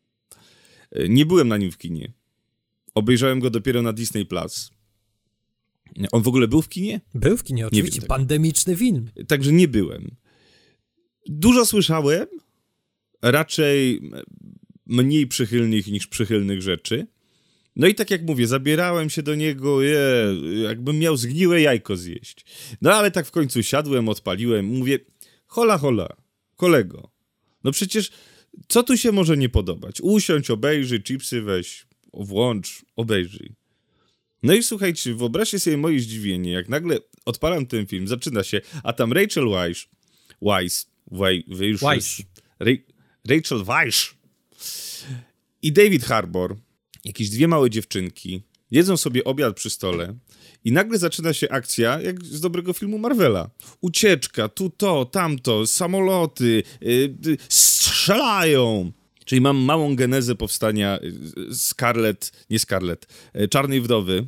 Nie byłem na nim w kinie. Obejrzałem go dopiero na Disney Plus. On w ogóle był w kinie? Był w kinie, oczywiście. wiem, Pandemiczny film. Także nie byłem. Dużo słyszałem, raczej mniej przychylnych niż przychylnych rzeczy. No i tak jak mówię, zabierałem się do niego, je, jakbym miał zgniłe jajko zjeść. No ale tak w końcu siadłem, odpaliłem, mówię, hola, hola, kolego, no przecież co tu się może nie podobać? Usiądź, obejrzyj, chipsy weź, włącz, obejrzyj. No i słuchajcie, wyobraźcie sobie moje zdziwienie, jak nagle odpalam ten film, zaczyna się, a tam Rachel Weisz, Weisz, Weisz, Weisz. Rachel Weisz i David Harbour, jakieś dwie małe dziewczynki, jedzą sobie obiad przy stole i nagle zaczyna się akcja, jak z dobrego filmu Marvela. Ucieczka, tu to, tamto, samoloty, yy, strzelają. Czyli mam małą genezę powstania Scarlet, nie Scarlet, Czarnej Wdowy.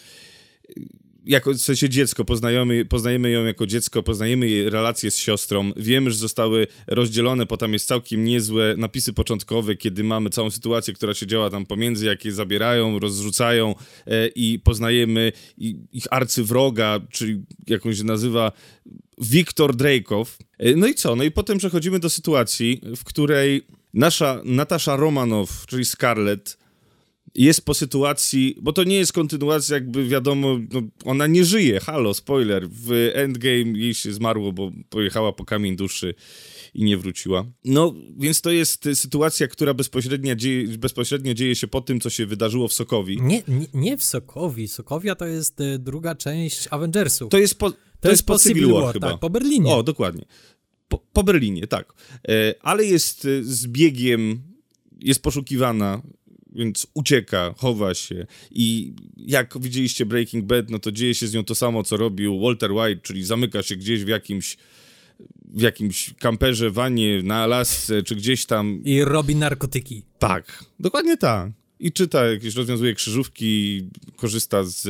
Jako, w sensie dziecko, poznajemy, poznajemy ją jako dziecko, poznajemy jej relacje z siostrą. Wiemy, że zostały rozdzielone, bo tam jest całkiem niezłe napisy początkowe, kiedy mamy całą sytuację, która się działa tam pomiędzy, jak je zabierają, rozrzucają e, i poznajemy i, ich arcywroga, czyli jak on się nazywa, Wiktor Dreykov. E, no i co? No i potem przechodzimy do sytuacji, w której nasza Natasza Romanow, czyli Scarlett, jest po sytuacji, bo to nie jest kontynuacja, jakby wiadomo, no, ona nie żyje, halo, spoiler, w Endgame jej się zmarło, bo pojechała po kamień duszy i nie wróciła. No, więc to jest sytuacja, która bezpośrednio dzieje, bezpośrednio dzieje się po tym, co się wydarzyło w Sokowi. Nie, nie, nie w Sokowi, Sokowia to jest y, druga część Avengersów. To jest po, to to jest po Civil War, War chyba. Tak, po Berlinie. O, dokładnie. Po, po Berlinie, tak. E, ale jest z biegiem, jest poszukiwana, więc ucieka, chowa się i jak widzieliście Breaking Bad, no to dzieje się z nią to samo, co robił Walter White, czyli zamyka się gdzieś w jakimś w jakimś kamperze, wanie na Alasce, czy gdzieś tam. I robi narkotyki. Tak, dokładnie tak. I czyta jakieś, rozwiązuje krzyżówki, korzysta z,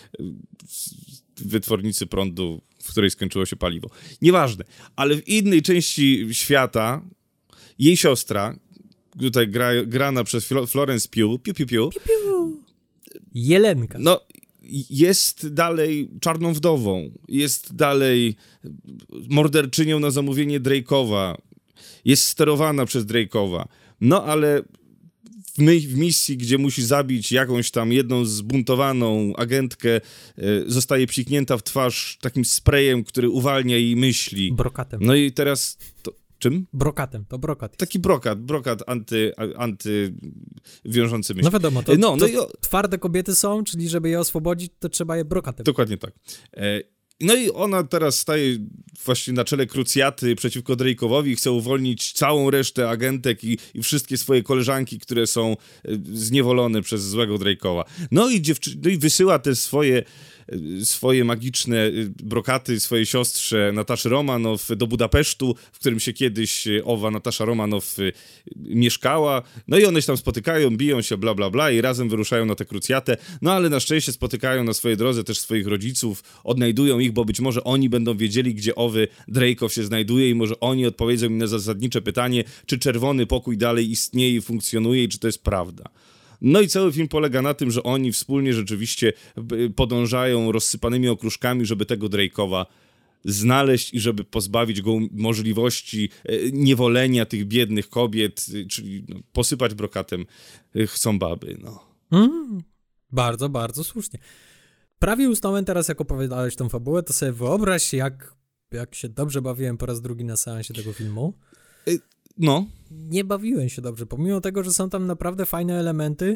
z wytwornicy prądu, w której skończyło się paliwo. Nieważne, ale w innej części świata jej siostra, tutaj gra, grana przez Florence Pugh, piu, piu, piu, piu, piu. Jelenka. No, jest dalej czarną wdową, jest dalej morderczynią na zamówienie Dreykowa, jest sterowana przez Dreykowa, no ale w, my, w misji, gdzie musi zabić jakąś tam jedną zbuntowaną agentkę, y, zostaje psiknięta w twarz takim sprayem, który uwalnia jej myśli. Brokatem. No i teraz... To, czym? Brokatem, to brokat. Taki brokat, brokat anty, anty wiążący myśli. No wiadomo, to, no, to no i o... twarde kobiety są, czyli żeby je oswobodzić, to trzeba je brokatem. Dokładnie tak. E, no i ona teraz staje właśnie na czele krucjaty przeciwko Dreykowowi i chce uwolnić całą resztę agentek i, i wszystkie swoje koleżanki, które są zniewolone przez złego Dreykowa. No i, dziewczy- no i wysyła te swoje swoje magiczne brokaty swojej siostrze Nataszy Romanow do Budapesztu, w którym się kiedyś owa Natasza Romanow mieszkała. No i one się tam spotykają, biją się, bla, bla, bla i razem wyruszają na tę krucjatę. No ale na szczęście spotykają na swojej drodze też swoich rodziców, odnajdują ich, bo być może oni będą wiedzieli, gdzie owy Dreykov się znajduje i może oni odpowiedzą im na zasadnicze pytanie, czy Czerwony Pokój dalej istnieje i funkcjonuje i czy to jest prawda. No i cały film polega na tym, że oni wspólnie rzeczywiście podążają rozsypanymi okruszkami, żeby tego Dreykowa znaleźć i żeby pozbawić go możliwości niewolenia tych biednych kobiet, czyli no, posypać brokatem chcą baby, no. Mm, bardzo, bardzo słusznie. Prawie usnąłem teraz, jak opowiadałeś tą fabułę, to sobie wyobraź, jak, jak się dobrze bawiłem po raz drugi na seansie tego filmu. No. Nie bawiłem się dobrze, pomimo tego, że są tam naprawdę fajne elementy,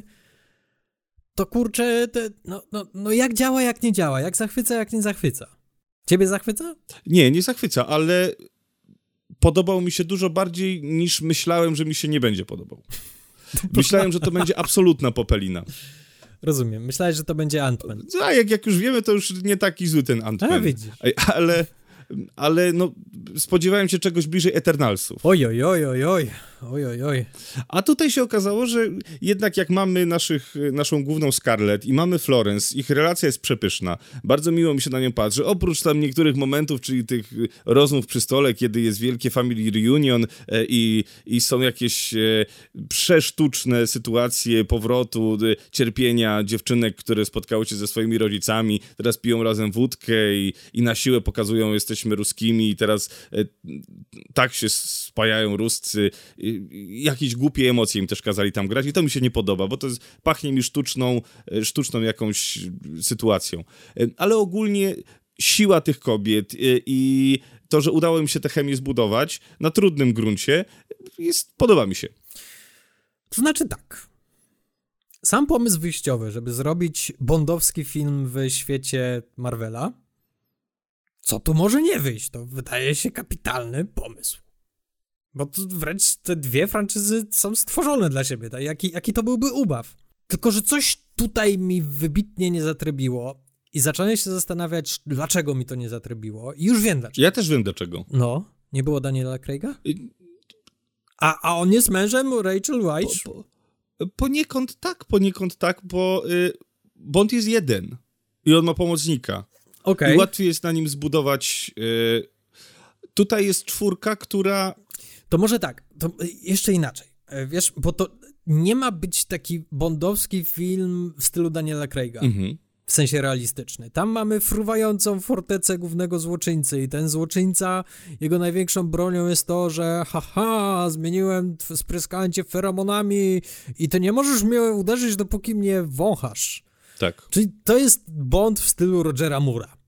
to kurczę, te, no, no, no jak działa, jak nie działa, jak zachwyca, jak nie zachwyca. Ciebie zachwyca? Nie, nie zachwyca, ale podobał mi się dużo bardziej niż myślałem, że mi się nie będzie podobał. Myślałem, że to będzie absolutna popelina. Rozumiem. Myślałeś, że to będzie Ant-Man. A jak, jak już wiemy, to już nie taki zły ten Ant-Man. A, widzisz. Ale, ale no, spodziewałem się czegoś bliżej Eternalsów. Oj, oj, oj, oj, oj, oj, oj, oj. A tutaj się okazało, że jednak jak mamy naszych, naszą główną Scarlett i mamy Florence, ich relacja jest przepyszna. Bardzo miło mi się na nią patrzy. Oprócz tam niektórych momentów, czyli tych rozmów przy stole, kiedy jest wielkie family reunion e, i, i są jakieś e, przesztuczne sytuacje powrotu, e, cierpienia dziewczynek, które spotkały się ze swoimi rodzicami, teraz piją razem wódkę i, i na siłę pokazują, jesteśmy ruskimi i teraz e, tak się spajają Ruscy. Jakieś głupie emocje im też kazali tam grać i to mi się nie podoba, bo to jest, pachnie mi sztuczną, sztuczną jakąś sytuacją. Ale ogólnie siła tych kobiet i to, że udało im się tę chemię zbudować na trudnym gruncie, jest, podoba mi się. To znaczy tak. Sam pomysł wyjściowy, żeby zrobić bondowski film w świecie Marvela, co tu może nie wyjść, to wydaje się kapitalny pomysł. Bo to wręcz te dwie franczyzy są stworzone dla siebie. Tak? Jaki, jaki to byłby ubaw? Tylko, że coś tutaj mi wybitnie nie zatrybiło i zacząłem się zastanawiać, dlaczego mi to nie zatrybiło. I już wiem dlaczego. Ja też wiem dlaczego. No, nie było Daniela Craig'a? A, a on jest mężem Rachel Weisz? Po, po, poniekąd tak, poniekąd tak, bo y, Bond jest jeden i on ma pomocnika. Okay. I łatwiej jest na nim zbudować... Y, tutaj jest czwórka, która... To może tak, to jeszcze inaczej, wiesz, bo to nie ma być taki bondowski film w stylu Daniela Craig'a, mhm. w sensie realistyczny. Tam mamy fruwającą fortecę głównego złoczyńcy i ten złoczyńca, jego największą bronią jest to, że haha, zmieniłem, spryskałem cię feromonami i ty nie możesz mnie uderzyć, dopóki mnie wąchasz. Tak. Czyli to jest Bond w stylu Rogera Moore'a.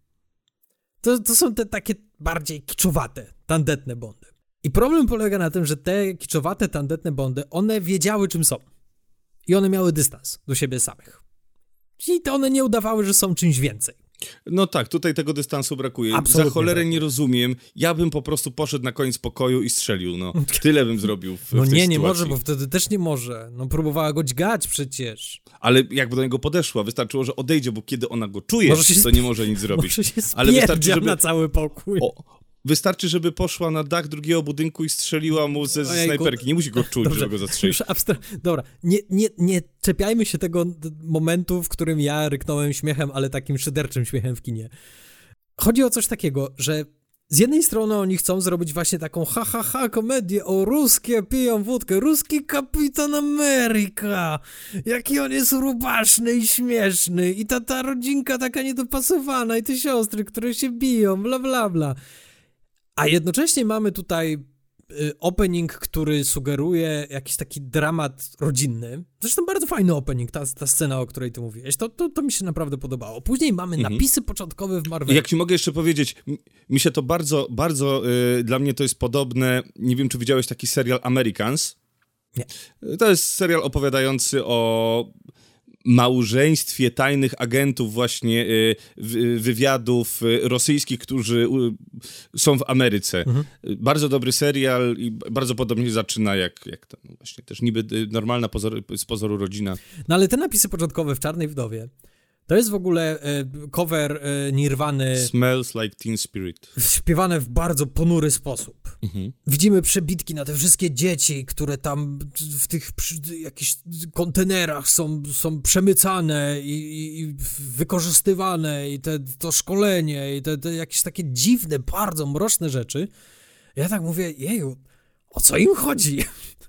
To, to są te takie bardziej kiczowate, tandetne Bondy. I problem polega na tym, że te kiczowate, tandetne Bondy, one wiedziały, czym są. I one miały dystans do siebie samych. I to one nie udawały, że są czymś więcej. No tak, tutaj tego dystansu brakuje. Absolutnie Za cholerę brakuje. Nie rozumiem. Ja bym po prostu poszedł na koniec pokoju i strzelił, no. Tyle bym zrobił w, no w tej nie, sytuacji. nie może, bo wtedy też nie może. No próbowała go dźgać przecież. Ale jakby do niego podeszła, wystarczyło, że odejdzie, bo kiedy ona go czuje, Może się to nie może nic zrobić. Może się Ale wystarczy, żeby... na cały pokój. O, wystarczy, żeby poszła na dach drugiego budynku i strzeliła mu ze, ze snajperki. Nie musi go czuć, Dobrze, żeby go zastrzelić. Abstra- Dobra, nie, nie, nie czepiajmy się tego momentu, w którym ja ryknąłem śmiechem, ale takim szyderczym śmiechem w kinie. Chodzi o coś takiego, że z jednej strony oni chcą zrobić właśnie taką ha, ha, ha komedię o ruskie piją wódkę, ruski kapitan Ameryka, jaki on jest rubaszny i śmieszny i ta, ta rodzinka taka niedopasowana i te siostry, które się biją, bla, bla, bla. A jednocześnie mamy tutaj y, opening, który sugeruje jakiś taki dramat rodzinny. Zresztą bardzo fajny opening, ta, ta scena, o której ty mówiłeś. To, to, to mi się naprawdę podobało. Później mamy mhm. napisy początkowe w Marvelu. Jak ci mogę jeszcze powiedzieć, mi się to bardzo, bardzo, y, dla mnie to jest podobne, nie wiem, czy widziałeś taki serial Americans? Nie. To jest serial opowiadający o małżeństwie tajnych agentów właśnie y, y, wywiadów y, rosyjskich, którzy y, są w Ameryce. Mhm. Bardzo dobry serial i bardzo podobnie zaczyna jak, jak to no właśnie też niby y, normalna pozor, z pozoru rodzina. No ale te napisy początkowe w Czarnej Wdowie To jest w ogóle e, cover e, Nirwany. Smells like Teen Spirit. Śpiewane w bardzo ponury sposób. Mhm. Widzimy przebitki na te wszystkie dzieci, które tam w tych przy, jakichś kontenerach są, są przemycane i, i, i wykorzystywane i te, to szkolenie i te, te jakieś takie dziwne, bardzo mroczne rzeczy. Ja tak mówię, jeju, o co im chodzi?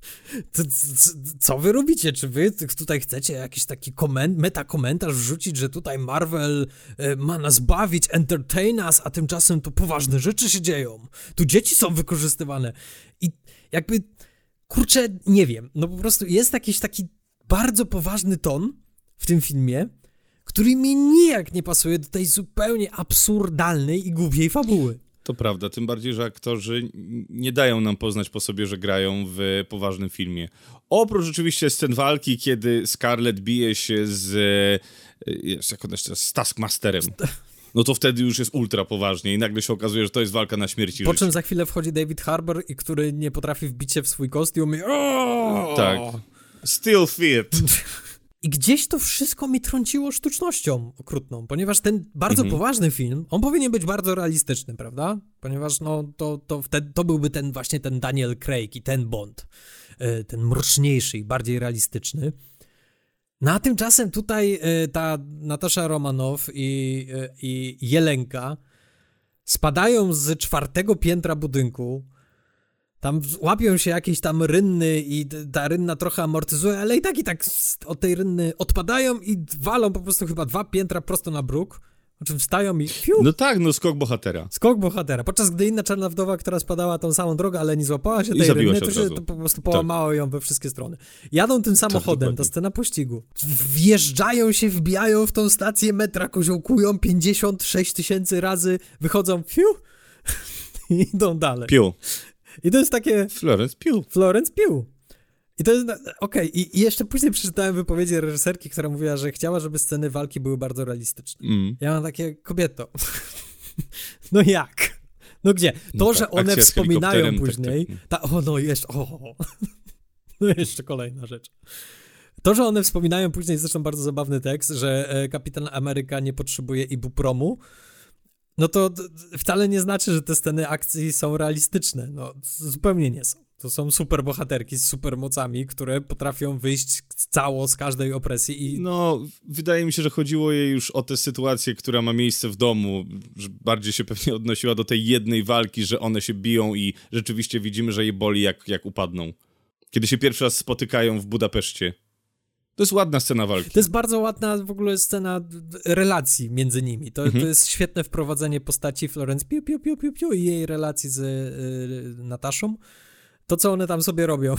Co wy robicie? Czy wy tutaj chcecie jakiś taki koment- metakomentarz wrzucić, że tutaj Marvel ma nas bawić, entertain us, a tymczasem tu poważne rzeczy się dzieją. Tu dzieci są wykorzystywane. I jakby, kurczę, nie wiem, no po prostu jest jakiś taki bardzo poważny ton w tym filmie, który mi nijak nie pasuje do tej zupełnie absurdalnej i głupiej fabuły. To prawda, tym bardziej, że aktorzy nie dają nam poznać po sobie, że grają w poważnym filmie. Oprócz oczywiście scen walki, kiedy Scarlett bije się z, jak on jeszcze, z Taskmasterem. No to wtedy już jest ultra poważnie i nagle się okazuje, że to jest walka na śmierć i Po życie. czym za chwilę wchodzi David Harbour, i który nie potrafi wbić się w swój kostium i ooo! Tak. Still fit. I gdzieś to wszystko mi trąciło sztucznością okrutną, ponieważ ten bardzo Mhm. poważny film, on powinien być bardzo realistyczny, prawda? Ponieważ no to, to wtedy to byłby ten właśnie ten Daniel Craig i ten Bond, ten mroczniejszy i bardziej realistyczny. No a tymczasem tutaj ta Natasza Romanow i, i Jelenka spadają z czwartego piętra budynku. Tam łapią się jakieś tam rynny i ta rynna trochę amortyzuje, ale i tak i tak od tej rynny odpadają i walą po prostu chyba dwa piętra prosto na bruk, po czym wstają i fiu, No tak, no skok bohatera. skok bohatera. Podczas gdy inna czarna wdowa, która spadała tą samą drogę, ale nie złapała się I tej zabiła rynny, się to od się razu. to po prostu połamało ją we wszystkie strony. Jadą tym samochodem, dokładnie. ta scena pościgu. Wjeżdżają się, wbijają w tą stację metra, koziołkują pięćdziesiąt sześć tysięcy razy, wychodzą fiu i idą dalej. Piu. I to jest takie... Florence Pugh. Florence Pugh. I to jest... Okej, okay. I, I jeszcze później przeczytałem wypowiedzi reżyserki, która mówiła, że chciała, żeby sceny walki były bardzo realistyczne. Mm. Ja mam takie, kobieto, no jak? No gdzie? To, No tak, że one akcja z wspominają helikopterem, później... tak, tak. Ta, o, no jeszcze... O, no jeszcze kolejna rzecz. To, że one wspominają później, zresztą bardzo zabawny tekst, że e, Kapitan Ameryka nie potrzebuje ibupromu, no to d- wcale nie znaczy, że te sceny akcji są realistyczne. No, zupełnie nie są. To są super bohaterki z supermocami, które potrafią wyjść cało z każdej opresji i... No, wydaje mi się, że chodziło jej już o tę sytuację, która ma miejsce w domu, że bardziej się pewnie odnosiła do tej jednej walki, że one się biją i rzeczywiście widzimy, że je boli, jak, jak upadną. Kiedy się pierwszy raz spotykają w Budapeszcie. To jest ładna scena walki. To jest bardzo ładna w ogóle scena relacji między nimi. To, Mhm. to jest świetne wprowadzenie postaci Florence Pugh, Pugh, Pugh, Pugh, Pugh i jej relacji z y, Nataszą. To, co one tam sobie robią.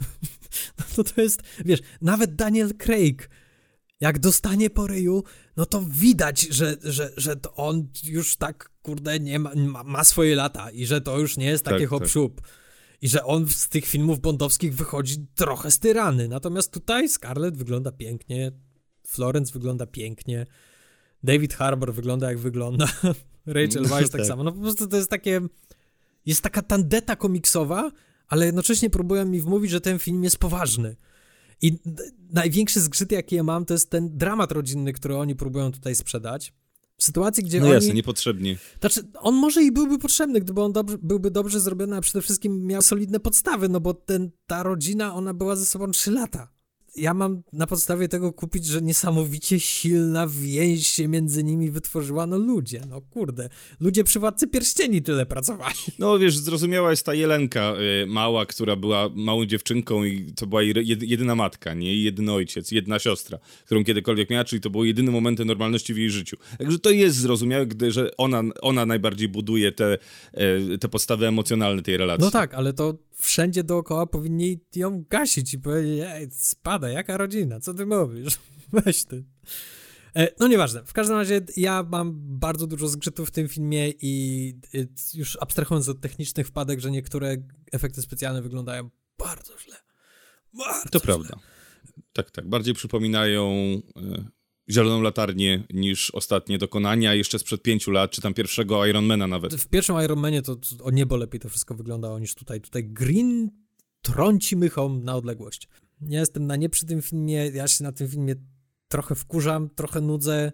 No to jest, wiesz, nawet Daniel Craig, jak dostanie po ryju, no to widać, że, że, że to on już tak, kurde, nie ma, ma, ma swoje lata i że to już nie jest takie Tak, hop tak. siup. I że on z tych filmów bondowskich wychodzi trochę styrany. Natomiast tutaj Scarlett wygląda pięknie, Florence wygląda pięknie, David Harbour wygląda jak wygląda, Rachel Weisz tak, Tak. samo. No po prostu to jest takie... Jest taka tandeta komiksowa, ale jednocześnie próbują mi wmówić, że ten film jest poważny. I d- największy zgrzyt, jaki ja mam, to jest ten dramat rodzinny, który oni próbują tutaj sprzedać. W sytuacji, gdzie No oni... jasne, niepotrzebnie. Znaczy, on może i byłby potrzebny, gdyby on dobrze, byłby dobrze zrobiony, a przede wszystkim miał solidne podstawy, no bo ten, ta rodzina, ona była ze sobą trzy lata. Ja mam na podstawie tego kupić, że niesamowicie silna więź się między nimi wytworzyła, no ludzie, no kurde. Ludzie przy Władcy Pierścieni tyle pracowali. No wiesz, zrozumiała jest ta Jelenka y, mała, która była małą dziewczynką i to była jej jedy- jedyna matka, nie? I jedyny ojciec, jedna siostra, którą kiedykolwiek miała, czyli to były jedyne momenty normalności w jej życiu. Także to jest zrozumiałe, gdy, że ona, ona najbardziej buduje te, y, te podstawy emocjonalne tej relacji. No tak, ale to wszędzie dookoła powinni ją gasić i powiedzieć, ej, spada, jaka rodzina, co ty mówisz? Weź ty. E, no nieważne, w każdym razie ja mam bardzo dużo zgrzytów w tym filmie i y, już abstrahując od technicznych wpadek, że niektóre efekty specjalne wyglądają bardzo źle. Bardzo To źle. prawda. Tak, tak. Bardziej przypominają y, Zieloną Latarnię niż ostatnie dokonania jeszcze sprzed pięciu lat, czy tam pierwszego Ironmana nawet. W pierwszym Iron Manie to, to o niebo lepiej to wszystko wyglądało niż tutaj. Tutaj Green trąci mychą na odległość. Ja jestem na nie przy tym filmie, ja się na tym filmie trochę wkurzam, trochę nudzę.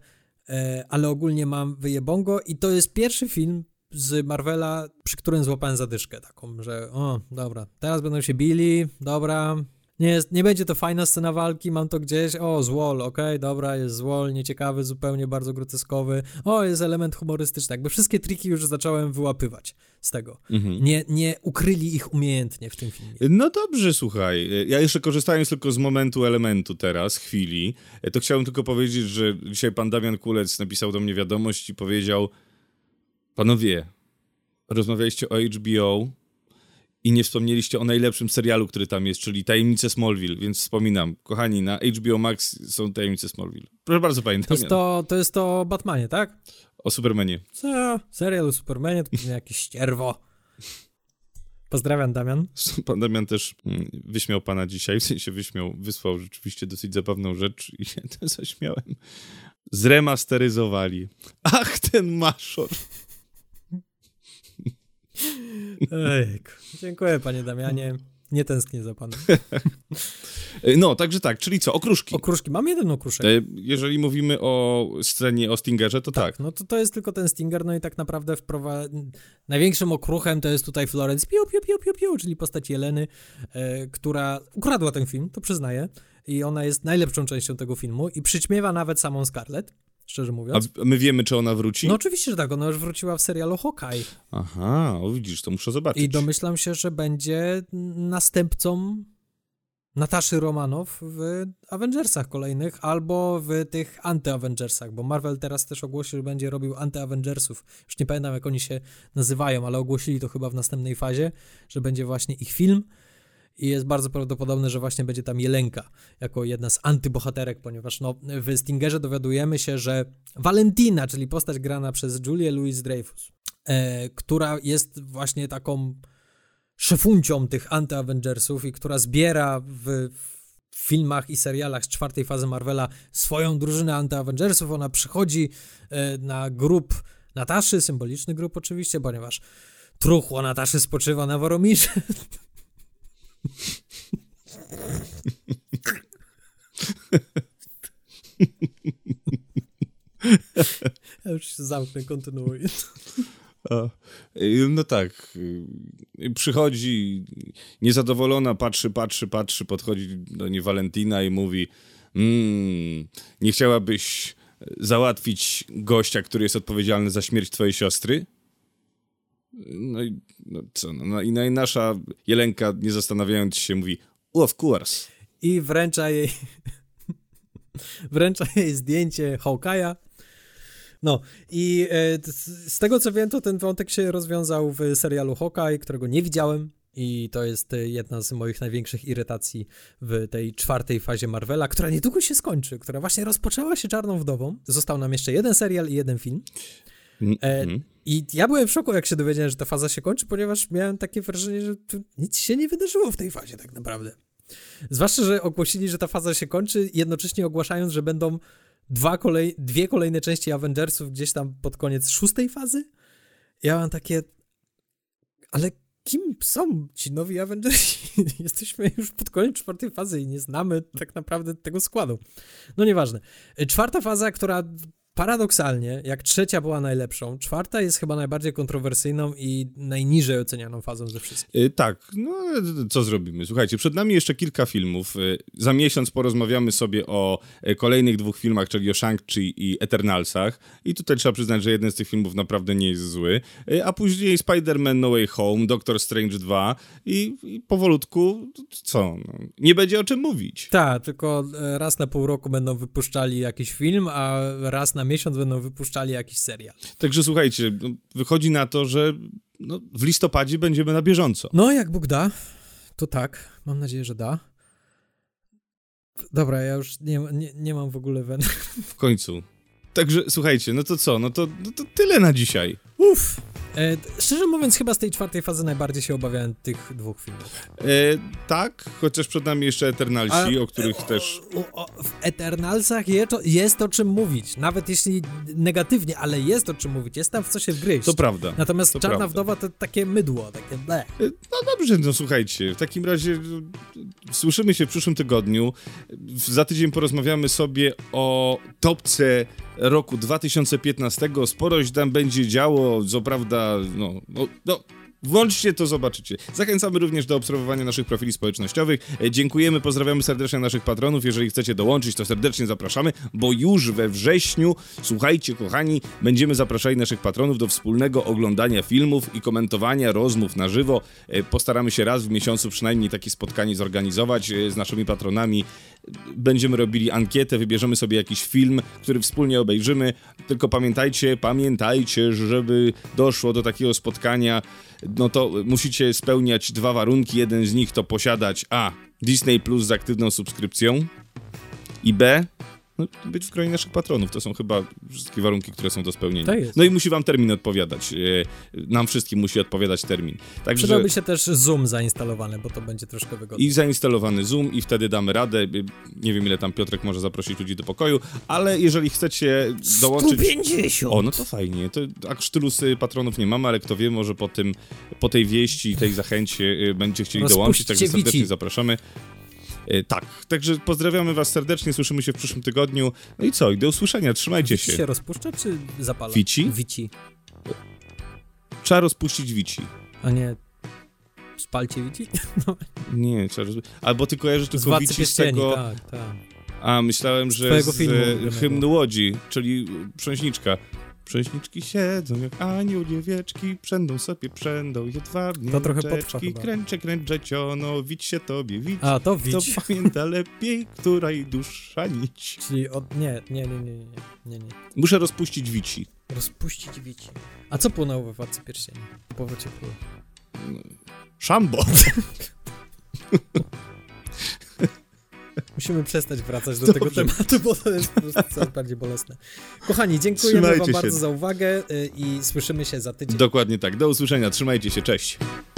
e, ale ogólnie mam wyjebongo i to jest pierwszy film z Marvela, przy którym złapałem zadyszkę taką, że o, dobra, teraz będą się bili, dobra, nie, jest, nie będzie to fajna scena walki, mam to gdzieś, o, złol, okej, okay, dobra, jest złol, nieciekawy, zupełnie bardzo groteskowy, o, jest element humorystyczny, jakby wszystkie triki już zacząłem wyłapywać z tego. Mhm. Nie, nie ukryli ich umiejętnie w tym filmie. No dobrze, słuchaj, ja jeszcze korzystając tylko z momentu elementu teraz, chwili, to chciałbym tylko powiedzieć, że dzisiaj pan Damian Kulec napisał do mnie wiadomość i powiedział: panowie, rozmawialiście o H B O i nie wspomnieliście o najlepszym serialu, który tam jest, czyli Tajemnice Smallville, więc wspominam. Kochani, na H B O Max są Tajemnice Smallville. Proszę bardzo, panie to jest to, to jest to o Batmanie, tak? O Supermanie. Co? Serial o Supermanie to pewnie jakieś ścierwo. Pozdrawiam, Damian. Pan Damian też wyśmiał pana dzisiaj, w sensie wyśmiał, wysłał rzeczywiście dosyć zabawną rzecz i się to zaśmiałem. Zremasteryzowali. Ach, ten maszor. Ejku. Dziękuję, panie Damianie. Nie tęsknię za panem. No, także tak, czyli co? Okruszki. Okruszki. Mam jeden okruszek. Jeżeli mówimy o scenie, o Stingerze, to tak. tak. No to to jest tylko ten Stinger, no i tak naprawdę wprowa... największym okruchem to jest tutaj Florence Piu, piu, piu, piu, piu, czyli postać Jeleny, e, która ukradła ten film, to przyznaję. I ona jest najlepszą częścią tego filmu i przyćmiewa nawet samą Scarlett, szczerze mówiąc. A my wiemy, czy ona wróci? No oczywiście, że tak. Ona już wróciła w serialu Hawkeye. Aha, o widzisz, to muszę zobaczyć. I domyślam się, że będzie następcą Nataszy Romanow w Avengersach kolejnych, albo w tych anty-Avengersach, bo Marvel teraz też ogłosił, że będzie robił anty-Avengersów. Już nie pamiętam, jak oni się nazywają, ale ogłosili to chyba w następnej fazie, że będzie właśnie ich film. I jest bardzo prawdopodobne, że właśnie będzie tam Jelenka jako jedna z antybohaterek, ponieważ no, w Stingerze dowiadujemy się, że Valentina, czyli postać grana przez Julię Louis-Dreyfus, e, która jest właśnie taką szefuncią tych anty-Avengersów i która zbiera w, w filmach i serialach z czwartej fazy Marvela swoją drużynę anty-Avengersów. Ona przychodzi e, na grób Nataszy, symboliczny grób oczywiście, ponieważ truchło Nataszy spoczywa na Woromirze. Ja już się zamknę, kontynuuję. A, no tak, przychodzi niezadowolona, patrzy, patrzy, patrzy, podchodzi do niej Valentina i mówi: mmm, nie chciałabyś załatwić gościa, który jest odpowiedzialny za śmierć twojej siostry? No i no co, no, no, i, no i nasza Jelenka, nie zastanawiając się, mówi: of course. I wręcza jej wręcza jej zdjęcie Hawkeye'a. No i e, z tego co wiem, to ten wątek się rozwiązał w serialu Hawkeye, którego nie widziałem i to jest jedna z moich największych irytacji w tej czwartej fazie Marvela, która niedługo się skończy, która właśnie rozpoczęła się Czarną Wdową. Został nam jeszcze jeden serial i jeden film. E, mm. I ja byłem w szoku, jak się dowiedziałem, że ta faza się kończy, ponieważ miałem takie wrażenie, że tu nic się nie wydarzyło w tej fazie tak naprawdę. Zwłaszcza, że ogłosili, że ta faza się kończy, jednocześnie ogłaszając, że będą dwa kolej, dwie kolejne części Avengersów gdzieś tam pod koniec szóstej fazy. Ja mam takie... Ale kim są ci nowi Avengersi? Jesteśmy już pod koniec czwartej fazy i nie znamy tak naprawdę tego składu. No nieważne. Czwarta faza, która... Paradoksalnie, jak trzecia była najlepszą, czwarta jest chyba najbardziej kontrowersyjną i najniżej ocenianą fazą ze wszystkich. Yy, tak, no co zrobimy? Słuchajcie, przed nami jeszcze kilka filmów. Yy, za miesiąc porozmawiamy sobie o yy, kolejnych dwóch filmach, czyli o Shang-Chi i Eternalsach. I tutaj trzeba przyznać, że jeden z tych filmów naprawdę nie jest zły. Yy, a później Spider-Man No Way Home, Doctor Strange dwa i, i powolutku, co? No, nie będzie o czym mówić. Tak, tylko raz na pół roku będą wypuszczali jakiś film, a raz na miesiąc będą wypuszczali jakiś serial. Także słuchajcie, wychodzi na to, że no, w listopadzie będziemy na bieżąco. No, jak Bóg da, to tak. Mam nadzieję, że da. Dobra, ja już nie, nie, nie mam w ogóle wen. W końcu. Także słuchajcie, no to co? No to, no to tyle na dzisiaj. Uff. E, szczerze mówiąc, chyba z tej czwartej fazy najbardziej się obawiałem tych dwóch filmów. E, tak, chociaż przed nami jeszcze Eternalsi, A, o których o, też... O, o, w Eternalsach jest, jest o czym mówić, nawet jeśli negatywnie, ale jest o czym mówić, jest tam w co się wgryźć. To prawda. Natomiast to Czarna prawda. Wdowa to takie mydło, takie ble. No dobrze, no słuchajcie, w takim razie słyszymy się w przyszłym tygodniu. Za tydzień porozmawiamy sobie o topce roku dwa tysiące piętnastego. Sporo się tam będzie działo, co prawda, no, no, no włączcie to, zobaczycie. Zachęcamy również do obserwowania naszych profili społecznościowych. Dziękujemy, pozdrawiamy serdecznie naszych patronów. Jeżeli chcecie dołączyć, to serdecznie zapraszamy, bo już we wrześniu, słuchajcie kochani, będziemy zapraszali naszych patronów do wspólnego oglądania filmów i komentowania rozmów na żywo. Postaramy się raz w miesiącu przynajmniej takie spotkanie zorganizować z naszymi patronami. Będziemy robili ankietę, wybierzemy sobie jakiś film, który wspólnie obejrzymy. Tylko pamiętajcie, pamiętajcie, żeby doszło do takiego spotkania, no to musicie spełniać dwa warunki. Jeden z nich to posiadać A. Disney Plus z aktywną subskrypcją i B. No, być w gronie naszych patronów. To są chyba wszystkie warunki, które są do spełnienia. To jest. No i musi wam termin odpowiadać. Nam wszystkim musi odpowiadać termin. Także... Przydałby się też Zoom zainstalowany, bo to będzie troszkę wygodniej. I zainstalowany Zoom i wtedy damy radę. Nie wiem, ile tam Piotrek może zaprosić ludzi do pokoju, ale jeżeli chcecie dołączyć... sto pięćdziesiąt! O, no to fajnie. To aż tylu patronów nie mamy, ale kto wie, może po tym, po tej wieści, tej zachęcie będziecie chcieli Rozpuśćcie dołączyć, także serdecznie wici. zapraszamy. Tak, także pozdrawiamy was serdecznie, słyszymy się w przyszłym tygodniu. No i co, i do usłyszenia, trzymajcie Wici się. się rozpuszcza, czy zapala? Wici? Wici. Trzeba rozpuścić wici. A nie... Spalcie wici? No. Nie, trzeba rozpuścić. Albo ty kojarzysz Z tylko Władcy wici z Pierścieni, tego... tak, tak. A, myślałem, że twojego z filmu e, ulubionego. hymnu Łodzi, czyli Prząśniczka. Prząśniczki siedzą jak anioł dziewieczki, przędą sobie przędą jedwabnie To trochę rzeczki. potrwa chyba. Kręcze, kręczeciono, widź się tobie, widź. A, to To wici. pamięta lepiej, która i dłuższa nić. Czyli od... Nie, nie, nie, nie, nie, nie, nie. Muszę rozpuścić wici. Rozpuścić wici. A co płynęło we Władcy Pierścieni? Po powrocie króla. Szambo. Musimy przestać wracać do Dobrze. tego tematu, bo to jest po prostu coraz bardziej bolesne. Kochani, dziękujemy Trzymajcie wam się. bardzo za uwagę y, i słyszymy się za tydzień. Dokładnie tak. Do usłyszenia. Trzymajcie się. Cześć.